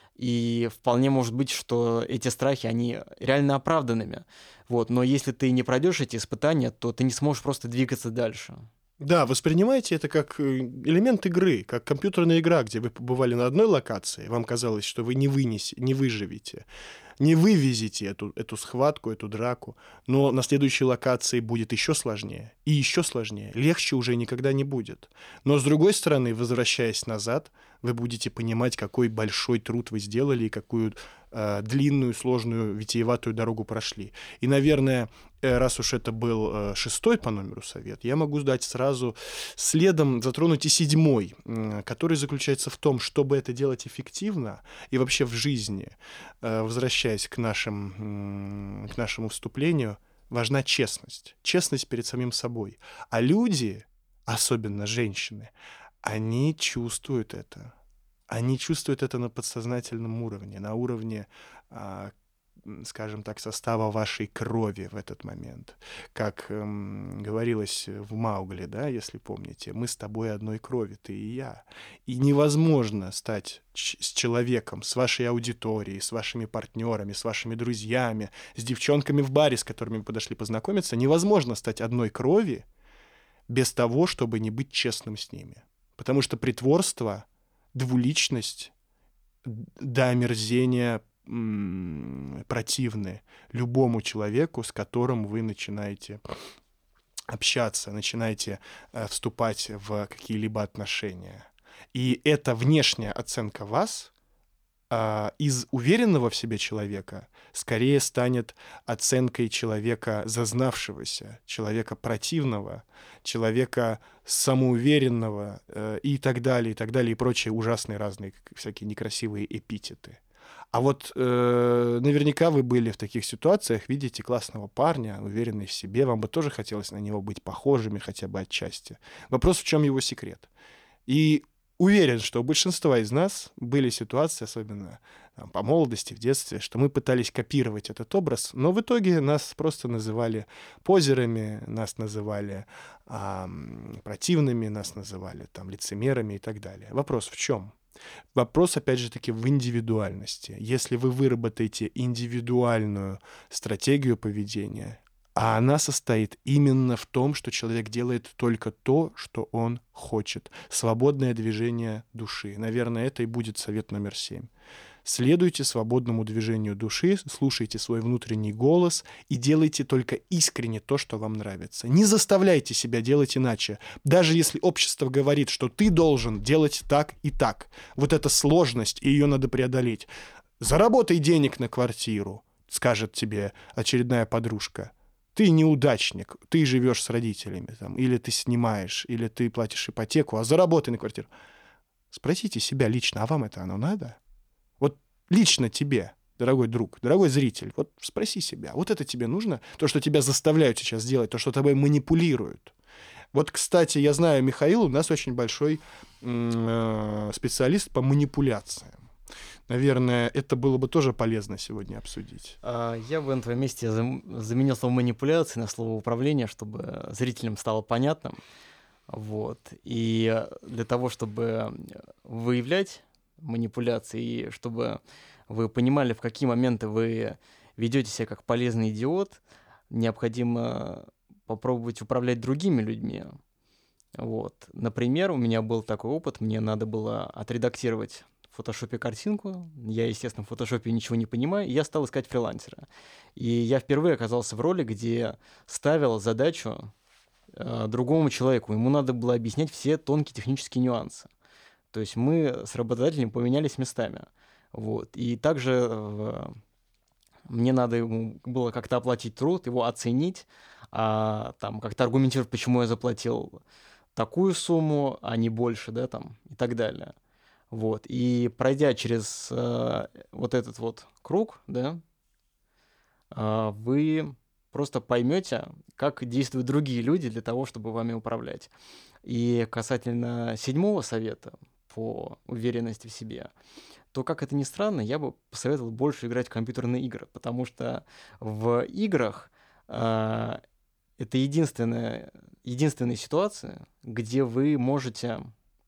И вполне может быть, что эти страхи, они реально оправданными. Вот. Но если ты не пройдешь эти испытания, то ты не сможешь просто двигаться дальше. Да, воспринимайте это как э, элемент игры, как компьютерная игра, где вы побывали на одной локации, вам казалось, что вы не вынесете, не выживете, не вывезете эту, эту схватку, эту драку, но на следующей локации будет еще сложнее и еще сложнее. Легче уже никогда не будет. Но с другой стороны, возвращаясь назад, вы будете понимать, какой большой труд вы сделали и какую э, длинную, сложную, витиеватую дорогу прошли. И, наверное, э, раз уж это был э, шестой по номеру совет, я могу дать сразу следом затронуть и седьмой, э, который заключается в том, чтобы это делать эффективно и вообще в жизни, э, возвращаясь к, нашим, э, к нашему вступлению, важна честность. Честность перед самим собой. А люди, особенно женщины, они чувствуют это. Они чувствуют это на подсознательном уровне, на уровне, а, м, скажем так, состава вашей крови в этот момент. Как эм, говорилось в Маугли, да, если помните, мы с тобой одной крови, ты и я. И невозможно стать ч- с человеком, с вашей аудиторией, с вашими партнерами, с вашими друзьями, с девчонками в баре, с которыми вы подошли познакомиться, невозможно стать одной крови без того, чтобы не быть честным с ними. Потому что притворство, двуличность до омерзения м, противны любому человеку, с которым вы начинаете общаться, начинаете э, вступать в какие-либо отношения. И эта внешняя оценка вас а, из уверенного в себе человека скорее станет оценкой человека зазнавшегося, человека противного, человека самоуверенного э, и так далее, и так далее, и прочие ужасные разные всякие некрасивые эпитеты. А вот э, наверняка вы были в таких ситуациях, видите классного парня, уверенный в себе, вам бы тоже хотелось на него быть похожими хотя бы отчасти. Вопрос, в чем его секрет? И уверен, что у большинства из нас были ситуации, особенно там, по молодости, в детстве, что мы пытались копировать этот образ, но в итоге нас просто называли позерами, нас называли а, противными, нас называли там, лицемерами и так далее. Вопрос в чем? Вопрос, опять же таки, в индивидуальности. Если вы выработаете индивидуальную стратегию поведения, а она состоит именно в том, что человек делает только то, что он хочет. Свободное движение души. Наверное, это и будет совет номер семь. Следуйте свободному движению души, слушайте свой внутренний голос и делайте только искренне то, что вам нравится. Не заставляйте себя делать иначе. Даже если общество говорит, что ты должен делать так и так. Вот эта сложность, и ее надо преодолеть. Заработай денег на квартиру, скажет тебе очередная подружка. Ты неудачник, ты живешь с родителями, там, или ты снимаешь, или ты платишь ипотеку, а заработай на квартиру. Спросите себя лично, а вам это оно надо? Вот лично тебе, дорогой друг, дорогой зритель, вот спроси себя, вот это тебе нужно? То, что тебя заставляют сейчас делать, то, что тобой манипулируют. Вот, кстати, я знаю, Михаил у нас очень большой э, специалист по манипуляциям. Наверное, это было бы тоже полезно сегодня обсудить. Я бы на твоем месте заменил слово манипуляции на слово управление, чтобы зрителям стало понятным. Вот. И для того, чтобы выявлять манипуляции, и чтобы вы понимали, в какие моменты вы ведете себя как полезный идиот, необходимо попробовать управлять другими людьми. Вот. Например, у меня был такой опыт, мне надо было отредактировать в фотошопе картинку, я, естественно, в фотошопе ничего не понимаю, и я стал искать фрилансера. И я впервые оказался в роли, где ставил задачу э, другому человеку, ему надо было объяснять все тонкие технические нюансы. То есть мы с работодателем поменялись местами. Вот. И также э, мне надо ему было как-то оплатить труд, его оценить, а, там, как-то аргументировать, почему я заплатил такую сумму, а не больше, да, там, и так далее. Вот. И пройдя через э, вот этот вот круг, да, э, вы просто поймете, как действуют другие люди для того, чтобы вами управлять. И касательно седьмого совета по уверенности в себе, то, как это ни странно, я бы посоветовал больше играть в компьютерные игры, потому что в играх э, это единственная, единственная ситуация, где вы можете...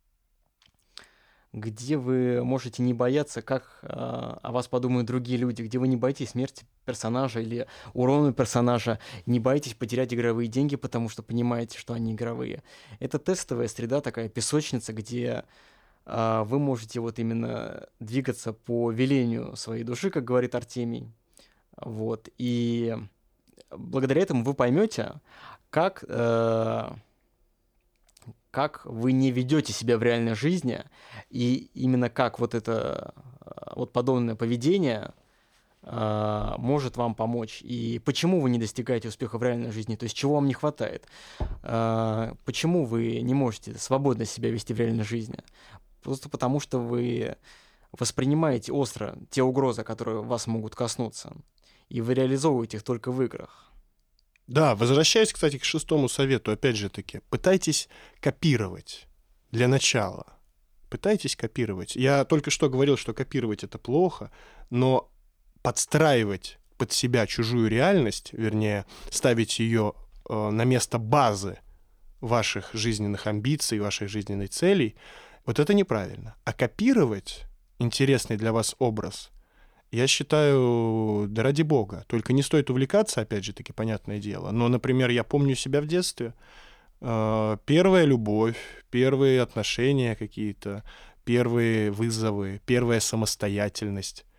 где вы можете не бояться, как э, о вас подумают другие люди, где вы не боитесь смерти персонажа или урона персонажа, не боитесь потерять игровые деньги, потому что понимаете, что они игровые. Это тестовая среда, такая песочница, где э, вы можете вот именно двигаться по велению своей души, как говорит Артемий. Вот. И благодаря этому вы поймете, как... Э, как вы не ведете себя в реальной жизни, и именно как вот это вот подобное поведение э, может вам помочь, и почему вы не достигаете успеха в реальной жизни, то есть чего вам не хватает, э, почему вы не можете свободно себя вести в реальной жизни, просто потому что вы воспринимаете остро те угрозы, которые вас могут коснуться, и вы реализовываете их только в играх. Да, возвращаясь, кстати, к шестому совету, опять же таки, пытайтесь копировать для начала. Пытайтесь копировать. Я только что говорил, что копировать — это плохо, но подстраивать под себя чужую реальность, вернее, ставить ее э, на место базы ваших жизненных амбиций, ваших жизненных целей, вот это неправильно. А копировать интересный для вас образ — я считаю, да ради бога. Только не стоит увлекаться, опять же таки, понятное дело. Но, например, я помню себя в детстве. Первая любовь, первые отношения какие-то, первые вызовы, первая самостоятельность.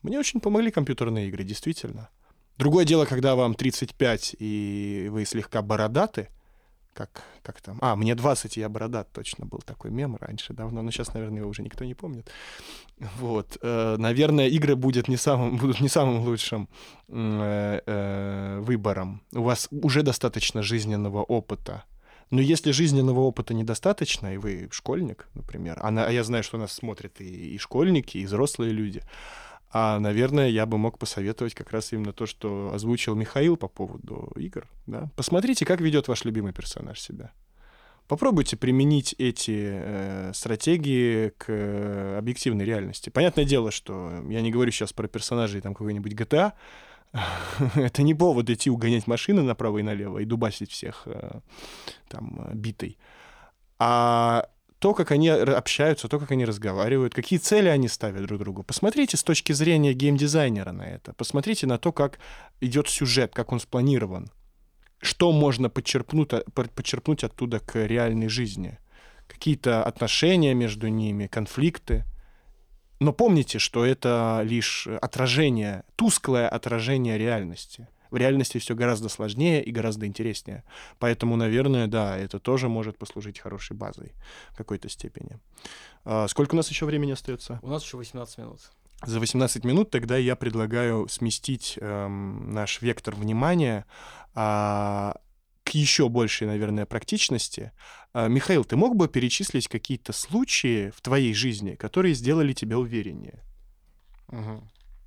Мне очень помогли компьютерные игры, действительно. Другое дело, когда вам тридцать пять, и вы слегка бородаты, как, как там... А, мне двадцать, и я бородат, точно был такой мем раньше, давно, но сейчас, наверное, его уже никто не помнит. Вот. Э, наверное, игры будет не самым, будут не самым лучшим э, э, выбором. У вас уже достаточно жизненного опыта. Но если жизненного опыта недостаточно, и вы школьник, например, а, на, а я знаю, что нас смотрят и, и школьники, и взрослые люди, а, наверное, я бы мог посоветовать как раз именно то, что озвучил Михаил по поводу игр. Да? Посмотрите, как ведет ваш любимый персонаж себя. Попробуйте применить эти э, стратегии к э, объективной реальности. Понятное дело, что я не говорю сейчас про персонажей там какой-нибудь джи ти эй. Это не повод идти угонять машины направо и налево и дубасить всех э, там битой. А то, как они общаются, то, как они разговаривают, какие цели они ставят друг другу. Посмотрите с точки зрения геймдизайнера на это. Посмотрите на то, как идет сюжет, как он спланирован. Что можно подчерпнуть, подчерпнуть оттуда к реальной жизни. Какие-то отношения между ними, конфликты. Но помните, что это лишь отражение, тусклое отражение реальности. В реальности все гораздо сложнее и гораздо интереснее. Поэтому, наверное, да, это тоже может послужить хорошей базой в какой-то степени. А сколько у нас еще времени остается? У нас еще восемнадцать минут. За восемнадцать минут тогда я предлагаю сместить эм, наш вектор внимания а, к еще большей, наверное, практичности. А, Михаил, ты мог бы перечислить какие-то случаи в твоей жизни, которые сделали тебя увереннее? Угу.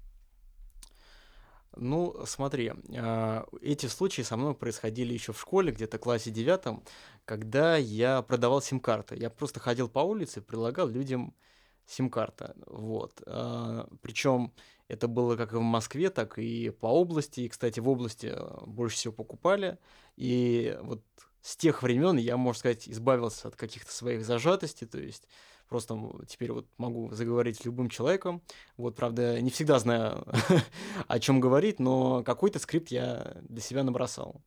Ну, смотри, эти случаи со мной происходили еще в школе, где-то в классе девятом, когда я продавал сим-карты. Я просто ходил по улице и предлагал людям сим-карты. Вот. Причем это было как и в Москве, так и по области. И, кстати, в области больше всего покупали. И вот с тех времен я, можно сказать, избавился от каких-то своих зажатостей, то есть просто теперь вот могу заговорить с любым человеком. Вот, правда, не всегда знаю, о чем говорить, но какой-то скрипт я для себя набросал.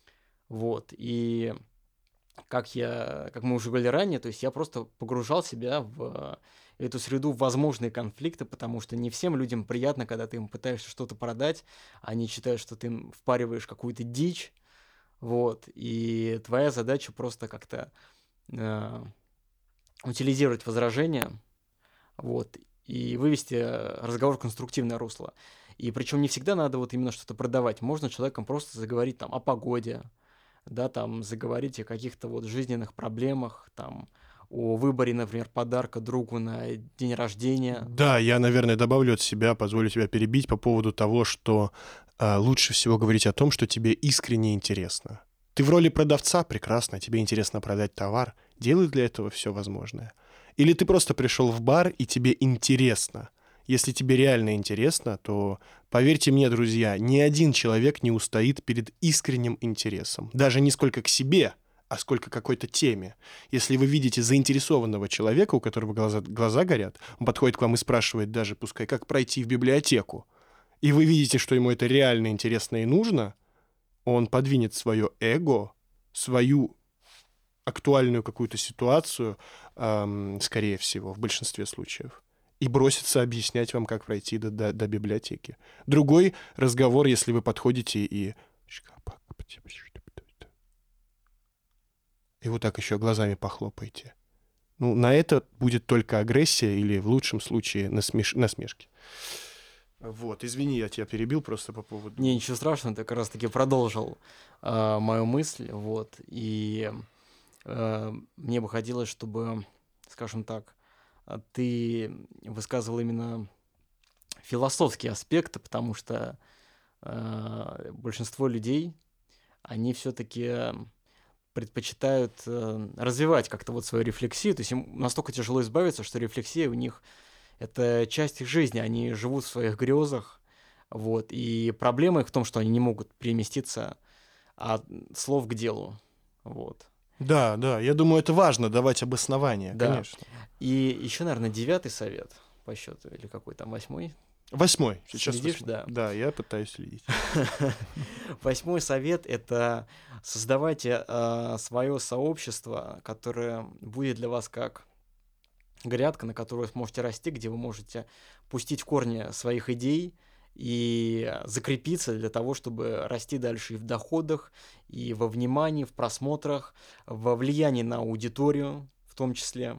Вот. И как я, как мы уже говорили ранее, то есть я просто погружал себя в эту среду, в возможные конфликты, потому что не всем людям приятно, когда ты им пытаешься что-то продать, они считают, что ты им впариваешь какую-то дичь. Вот. И твоя задача просто как-то э, утилизировать возражения, вот, и вывести разговор в конструктивное русло. И причем не всегда надо вот именно что-то продавать. Можно человеком просто заговорить там о погоде, да, там заговорить о каких-то вот жизненных проблемах, там, о выборе, например, подарка другу на день рождения. Да, я, наверное, добавлю от себя, позволю тебя перебить по поводу того, что э, лучше всего говорить о том, что тебе искренне интересно. Ты в роли продавца, прекрасно, тебе интересно продать товар, делай для этого все возможное. Или ты просто пришел в бар, и тебе интересно. Если тебе реально интересно, то, поверьте мне, друзья, ни один человек не устоит перед искренним интересом. Даже не сколько к себе, а сколько к какой-то теме. Если вы видите заинтересованного человека, у которого глаза, глаза горят, он подходит к вам и спрашивает даже, пускай, как пройти в библиотеку, и вы видите, что ему это реально интересно и нужно, он подвинет свое эго, свою актуальную какую-то ситуацию, эм, скорее всего, в большинстве случаев, и бросится объяснять вам, как пройти до, до, до библиотеки. Другой разговор, если вы подходите и... И вот так еще глазами похлопаете. Ну, на это будет только агрессия или, в лучшем случае, насмеш... насмешки. Вот, извини, я тебя перебил просто по поводу... Не, ничего страшного, ты как раз-таки продолжил э, мою мысль, вот, и э, мне бы хотелось, чтобы, скажем так, ты высказывал именно философские аспекты, потому что э, большинство людей, они все-таки предпочитают э, развивать как-то вот свою рефлексию, то есть им настолько тяжело избавиться, что рефлексия у них это часть их жизни, они живут в своих грезах, вот, и проблема их в том, что они не могут переместиться от слов к делу, вот. Да, да, я думаю, это важно, давать обоснование, да. Конечно. И еще, наверное, девятый совет по счету, или какой там, восьмой? Восьмой. Сейчас Следишь, восьмой. да. Да, я пытаюсь следить. Восьмой совет — это создавайте э, свое сообщество, которое будет для вас как грядка, на которой вы сможете расти, где вы можете пустить в корни своих идей и закрепиться для того, чтобы расти дальше и в доходах, и во внимании, в просмотрах, во влиянии на аудиторию в том числе.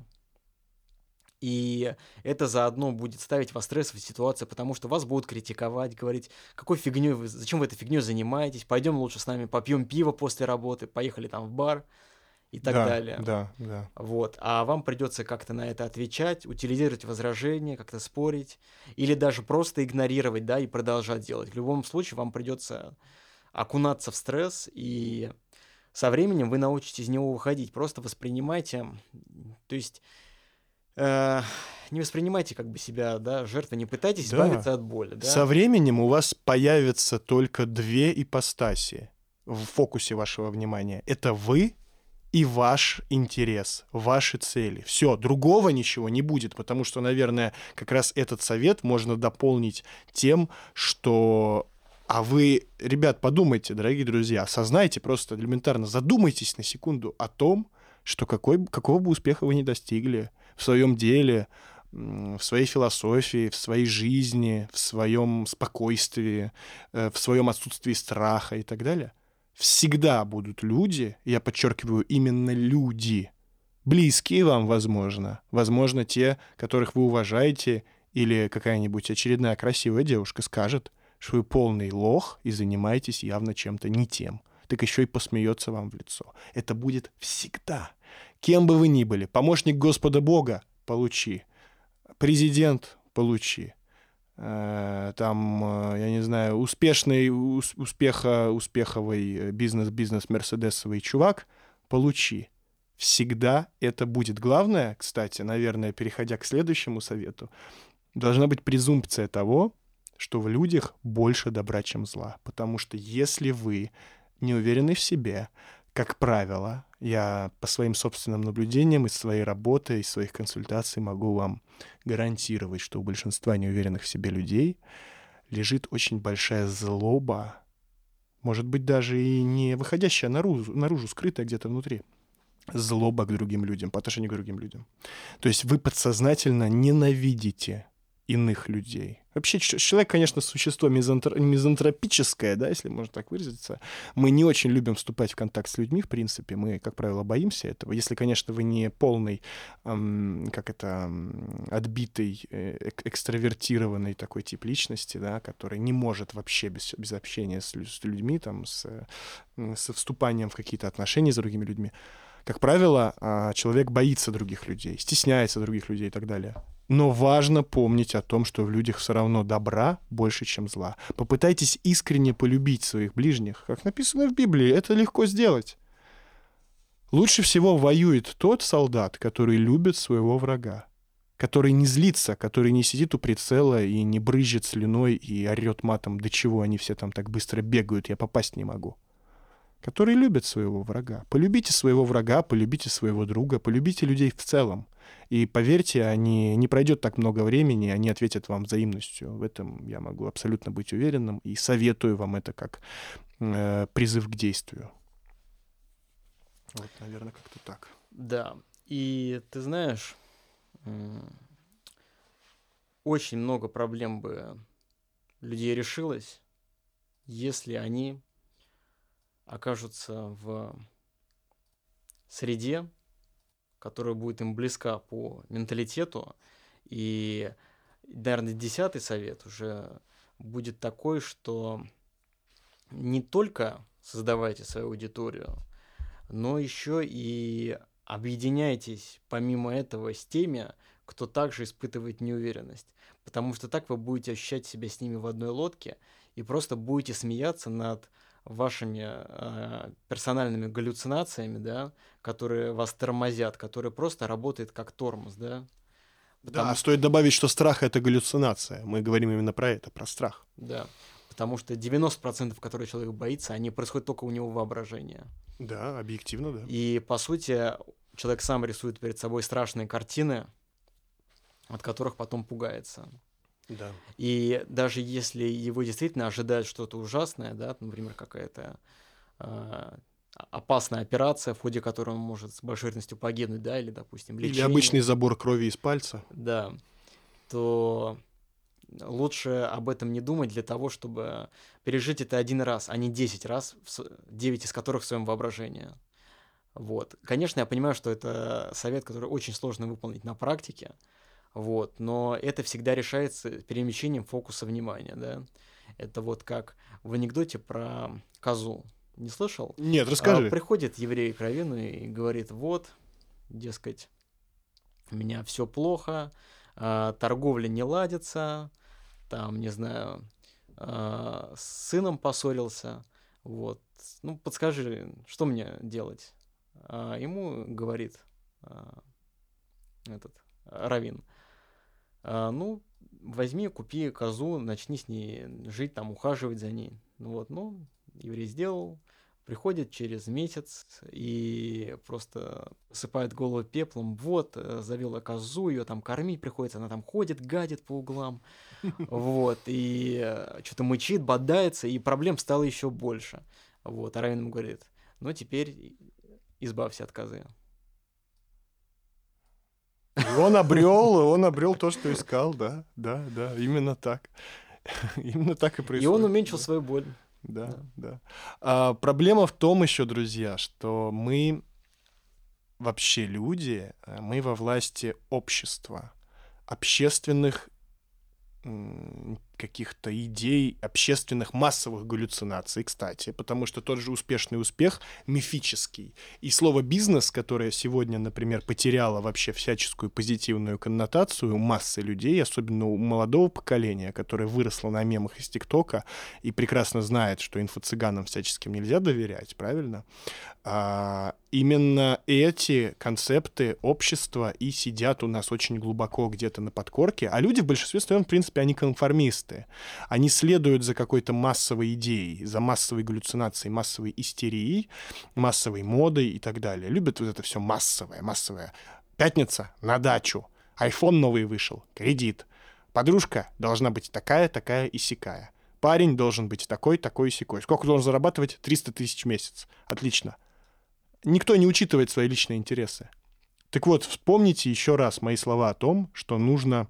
И это заодно будет ставить вас в стрессовую ситуацию, потому что вас будут критиковать, говорить, какой фигней вы, зачем вы этой фигней занимаетесь, пойдем лучше с нами попьем пиво после работы, поехали там в бар и так Да, далее. да, да. Вот. А вам придется как-то на это отвечать, утилизировать возражения, как-то спорить, или даже просто игнорировать, да, и продолжать делать. В любом случае вам придется окунаться в стресс, и со временем вы научитесь из него выходить. Просто воспринимайте, то есть э, не воспринимайте как бы себя, да, жертвой, не пытайтесь Да. избавиться от боли, да. Со временем у вас появятся только две ипостаси в фокусе вашего внимания. Это вы и ваш интерес, ваши цели. Все, другого ничего не будет, потому что, наверное, как раз этот совет можно дополнить тем, что... А вы, ребят, подумайте, дорогие друзья, осознайте просто элементарно, задумайтесь на секунду о том, что какой, какого бы успеха вы ни достигли в своем деле, в своей философии, в своей жизни, в своем спокойствии, в своем отсутствии страха и так далее. Всегда будут люди, я подчеркиваю, именно люди, близкие вам, возможно, возможно, те, которых вы уважаете, или какая-нибудь очередная красивая девушка скажет, что вы полный лох и занимаетесь явно чем-то не тем. Так еще и посмеется вам в лицо. Это будет всегда. Кем бы вы ни были, помощник Господа Бога — получи. Президент — получи. Там, я не знаю, успешный, успеха, успеховый бизнес-бизнес мерседесовый чувак — получи. Всегда это будет. Главное, кстати, наверное, переходя к следующему совету, должна быть презумпция того, что в людях больше добра, чем зла. Потому что если вы не уверены в себе, как правило, я по своим собственным наблюдениям из своей работы, из своих консультаций могу вам гарантировать, что у большинства неуверенных в себе людей лежит очень большая злоба, может быть, даже и не выходящая наружу, наружу скрытая где-то внутри. Злоба к другим людям, по отношению к другим людям. То есть вы подсознательно ненавидите иных людей. Вообще человек, конечно, существо мизантро- мизантропическое, да, если можно так выразиться. Мы не очень любим вступать в контакт с людьми, в принципе. Мы, как правило, боимся этого. Если, конечно, вы не полный, эм, как это, отбитый, э- экстравертированный такой тип личности, да, который не может вообще без, без общения с, с людьми, там, с, со вступанием в какие-то отношения с другими людьми. Как правило, человек боится других людей, стесняется других людей и так далее. Но важно помнить о том, что в людях все равно добра больше, чем зла. Попытайтесь искренне полюбить своих ближних. Как написано в Библии, это легко сделать. Лучше всего воюет тот солдат, который любит своего врага, который не злится, который не сидит у прицела и не брызжет слюной и орет матом, до чего они все там так быстро бегают, я попасть не могу. Который любит своего врага. Полюбите своего врага, полюбите своего друга, полюбите людей в целом. И поверьте, они, не пройдет так много времени, они ответят вам взаимностью. В этом я могу абсолютно быть уверенным и советую вам это как э, призыв к действию. Вот, наверное, как-то так. Да, и ты знаешь, очень много проблем бы людей решилось, если они окажутся в среде, которая будет им близка по менталитету. И, наверное, десятый совет уже будет такой, что не только создавайте свою аудиторию, но еще и объединяйтесь помимо этого с теми, кто также испытывает неуверенность. Потому что так вы будете ощущать себя с ними в одной лодке и просто будете смеяться над вашими э, персональными галлюцинациями, да, которые вас тормозят, которые просто работают как тормоз, да. Потому... Да, стоит добавить, что страх — это галлюцинация. Мы говорим именно про это, про страх. Да, потому что девяносто процентов, которые человек боится, они происходят только у него воображения. Да, объективно, да. И, по сути, человек сам рисует перед собой страшные картины, от которых потом пугается. Да. И даже если его действительно ожидает что-то ужасное, да, например, какая-то э, опасная операция, в ходе которой он может с большой вероятностью погибнуть, да, или, допустим, Или лечение. обычный забор крови из пальца. Да, то лучше об этом не думать для того, чтобы пережить это один раз, а не десять раз, девять из которых в своем воображении. Вот. Конечно, я понимаю, что это совет, который очень сложно выполнить на практике, вот, но это всегда решается перемещением фокуса внимания, да. Это вот как в анекдоте про козу. Не слышал? Нет, расскажи. А, приходит еврей к раввину и говорит: вот, дескать, у меня все плохо, а, торговля не ладится, там, не знаю, а, с сыном поссорился, вот, ну, подскажи, что мне делать? А ему говорит а, этот раввин: а, ну, возьми, купи козу, начни с ней жить, там, ухаживать за ней. Ну вот, ну, еврей сделал, приходит через месяц и просто посыпает голову пеплом. Вот, э, завела козу, ее там кормить приходится, она там ходит, гадит по углам. Вот, и что-то мычит, бодается, и проблем стало еще больше. Вот, а раввин ему говорит: ну, теперь избавься от козы. И он обрел, он обрел то, что искал, да, да, да, именно так. Именно так и происходит. И он уменьшил да. свою боль. Да, Да. да. А, проблема в том еще, друзья, что мы вообще люди, а, мы во власти общества, общественных м, каких-то идей, общественных массовых галлюцинаций, кстати, потому что тот же успешный успех мифический. И слово «бизнес», которое сегодня, например, потеряло вообще всяческую позитивную коннотацию у массы людей, особенно у молодого поколения, которое выросло на мемах из ТикТока и прекрасно знает, что инфо-цыганам всяческим нельзя доверять, правильно? А, именно эти концепты общества и сидят у нас очень глубоко где-то на подкорке, а люди в большинстве своем, в принципе, они конформисты. Они следуют за какой-то массовой идеей, за массовой галлюцинацией, массовой истерией, массовой модой и так далее. Любят вот это все массовое, массовое. Пятница — на дачу. Айфон новый вышел, кредит. Подружка должна быть такая, такая и сякая. Парень должен быть такой, такой и сякой. Сколько должен зарабатывать? триста тысяч в месяц. Отлично. Никто не учитывает свои личные интересы. Так вот, вспомните еще раз мои слова о том, что нужно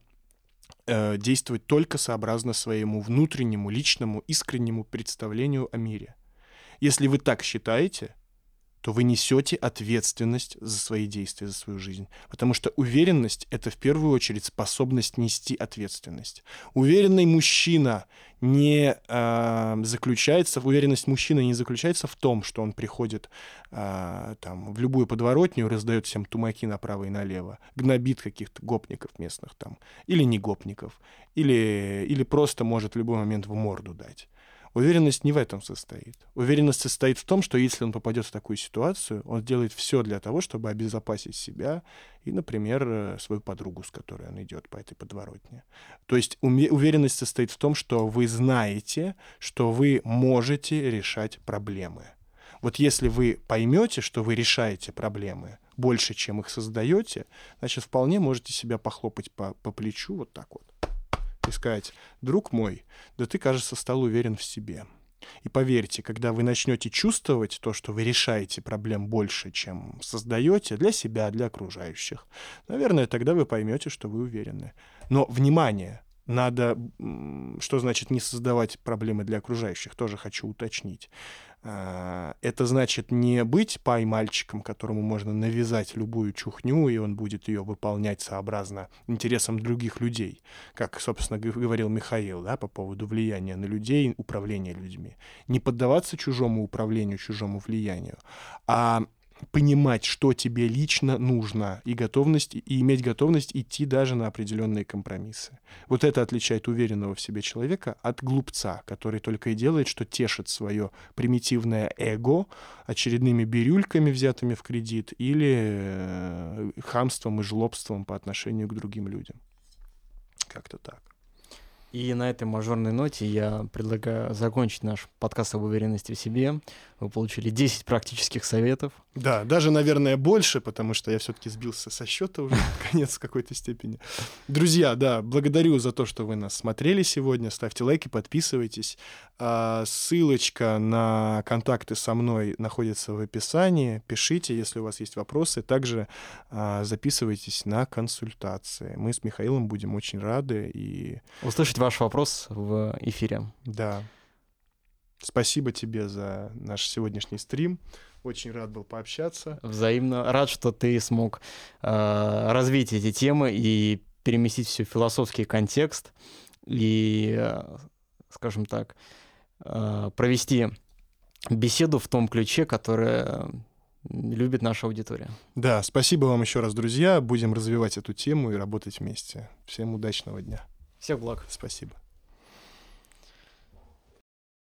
э, действовать только сообразно своему внутреннему, личному, искреннему представлению о мире. Если вы так считаете, то вы несете ответственность за свои действия, за свою жизнь. Потому что уверенность — это в первую очередь способность нести ответственность. Уверенный мужчина не э, заключается, уверенность мужчины не заключается в том, что он приходит э, там, в любую подворотню, раздает всем тумаки направо и налево, гнобит каких-то гопников местных там, или не гопников, или, или просто может в любой момент в морду дать. Уверенность не в этом состоит. Уверенность состоит в том, что если он попадет в такую ситуацию, он сделает все для того, чтобы обезопасить себя и, например, свою подругу, с которой он идет по этой подворотне. То есть уме- уверенность состоит в том, что вы знаете, что вы можете решать проблемы. Вот если вы поймете, что вы решаете проблемы больше, чем их создаете, значит, вполне можете себя похлопать по, по плечу вот так вот и сказать: друг мой, да ты, кажется, стал уверен в себе. И поверьте, когда вы начнете чувствовать то, что вы решаете проблем больше, чем создаете для себя, для окружающих, наверное, тогда вы поймете, что вы уверены. Но, внимание, надо, что значит не создавать проблемы для окружающих, тоже хочу уточнить. Это значит не быть пай-мальчиком, которому можно навязать любую чухню, и он будет ее выполнять сообразно интересам других людей, как, собственно, говорил Михаил, да, по поводу влияния на людей, управления людьми. Не поддаваться чужому управлению, чужому влиянию, а понимать, что тебе лично нужно, и готовность, и иметь готовность идти даже на определенные компромиссы. Вот это отличает уверенного в себе человека от глупца, который только и делает, что тешит свое примитивное эго очередными бирюльками, взятыми в кредит, или э, хамством и жлобством по отношению к другим людям. Как-то так. И на этой мажорной ноте я предлагаю закончить наш подкаст об уверенности в себе. Вы получили десять практических советов. Да, даже, наверное, больше, потому что я все-таки сбился со счета уже под конец в какой-то степени. Друзья, да, благодарю за то, что вы нас смотрели сегодня. Ставьте лайки, подписывайтесь. А, ссылочка на контакты со мной находится в описании. Пишите, если у вас есть вопросы. Также а, записывайтесь на консультации. Мы с Михаилом будем очень рады. И... услышать ваш вопрос в эфире. Да. Спасибо тебе за наш сегодняшний стрим. Очень рад был пообщаться. Взаимно. Рад, что ты смог э, развить эти темы и переместить все в философский контекст и, э, скажем так, э, провести беседу в том ключе, который любит наша аудитория. Да, спасибо вам еще раз, друзья. Будем развивать эту тему и работать вместе. Всем удачного дня. Всех благ. Спасибо.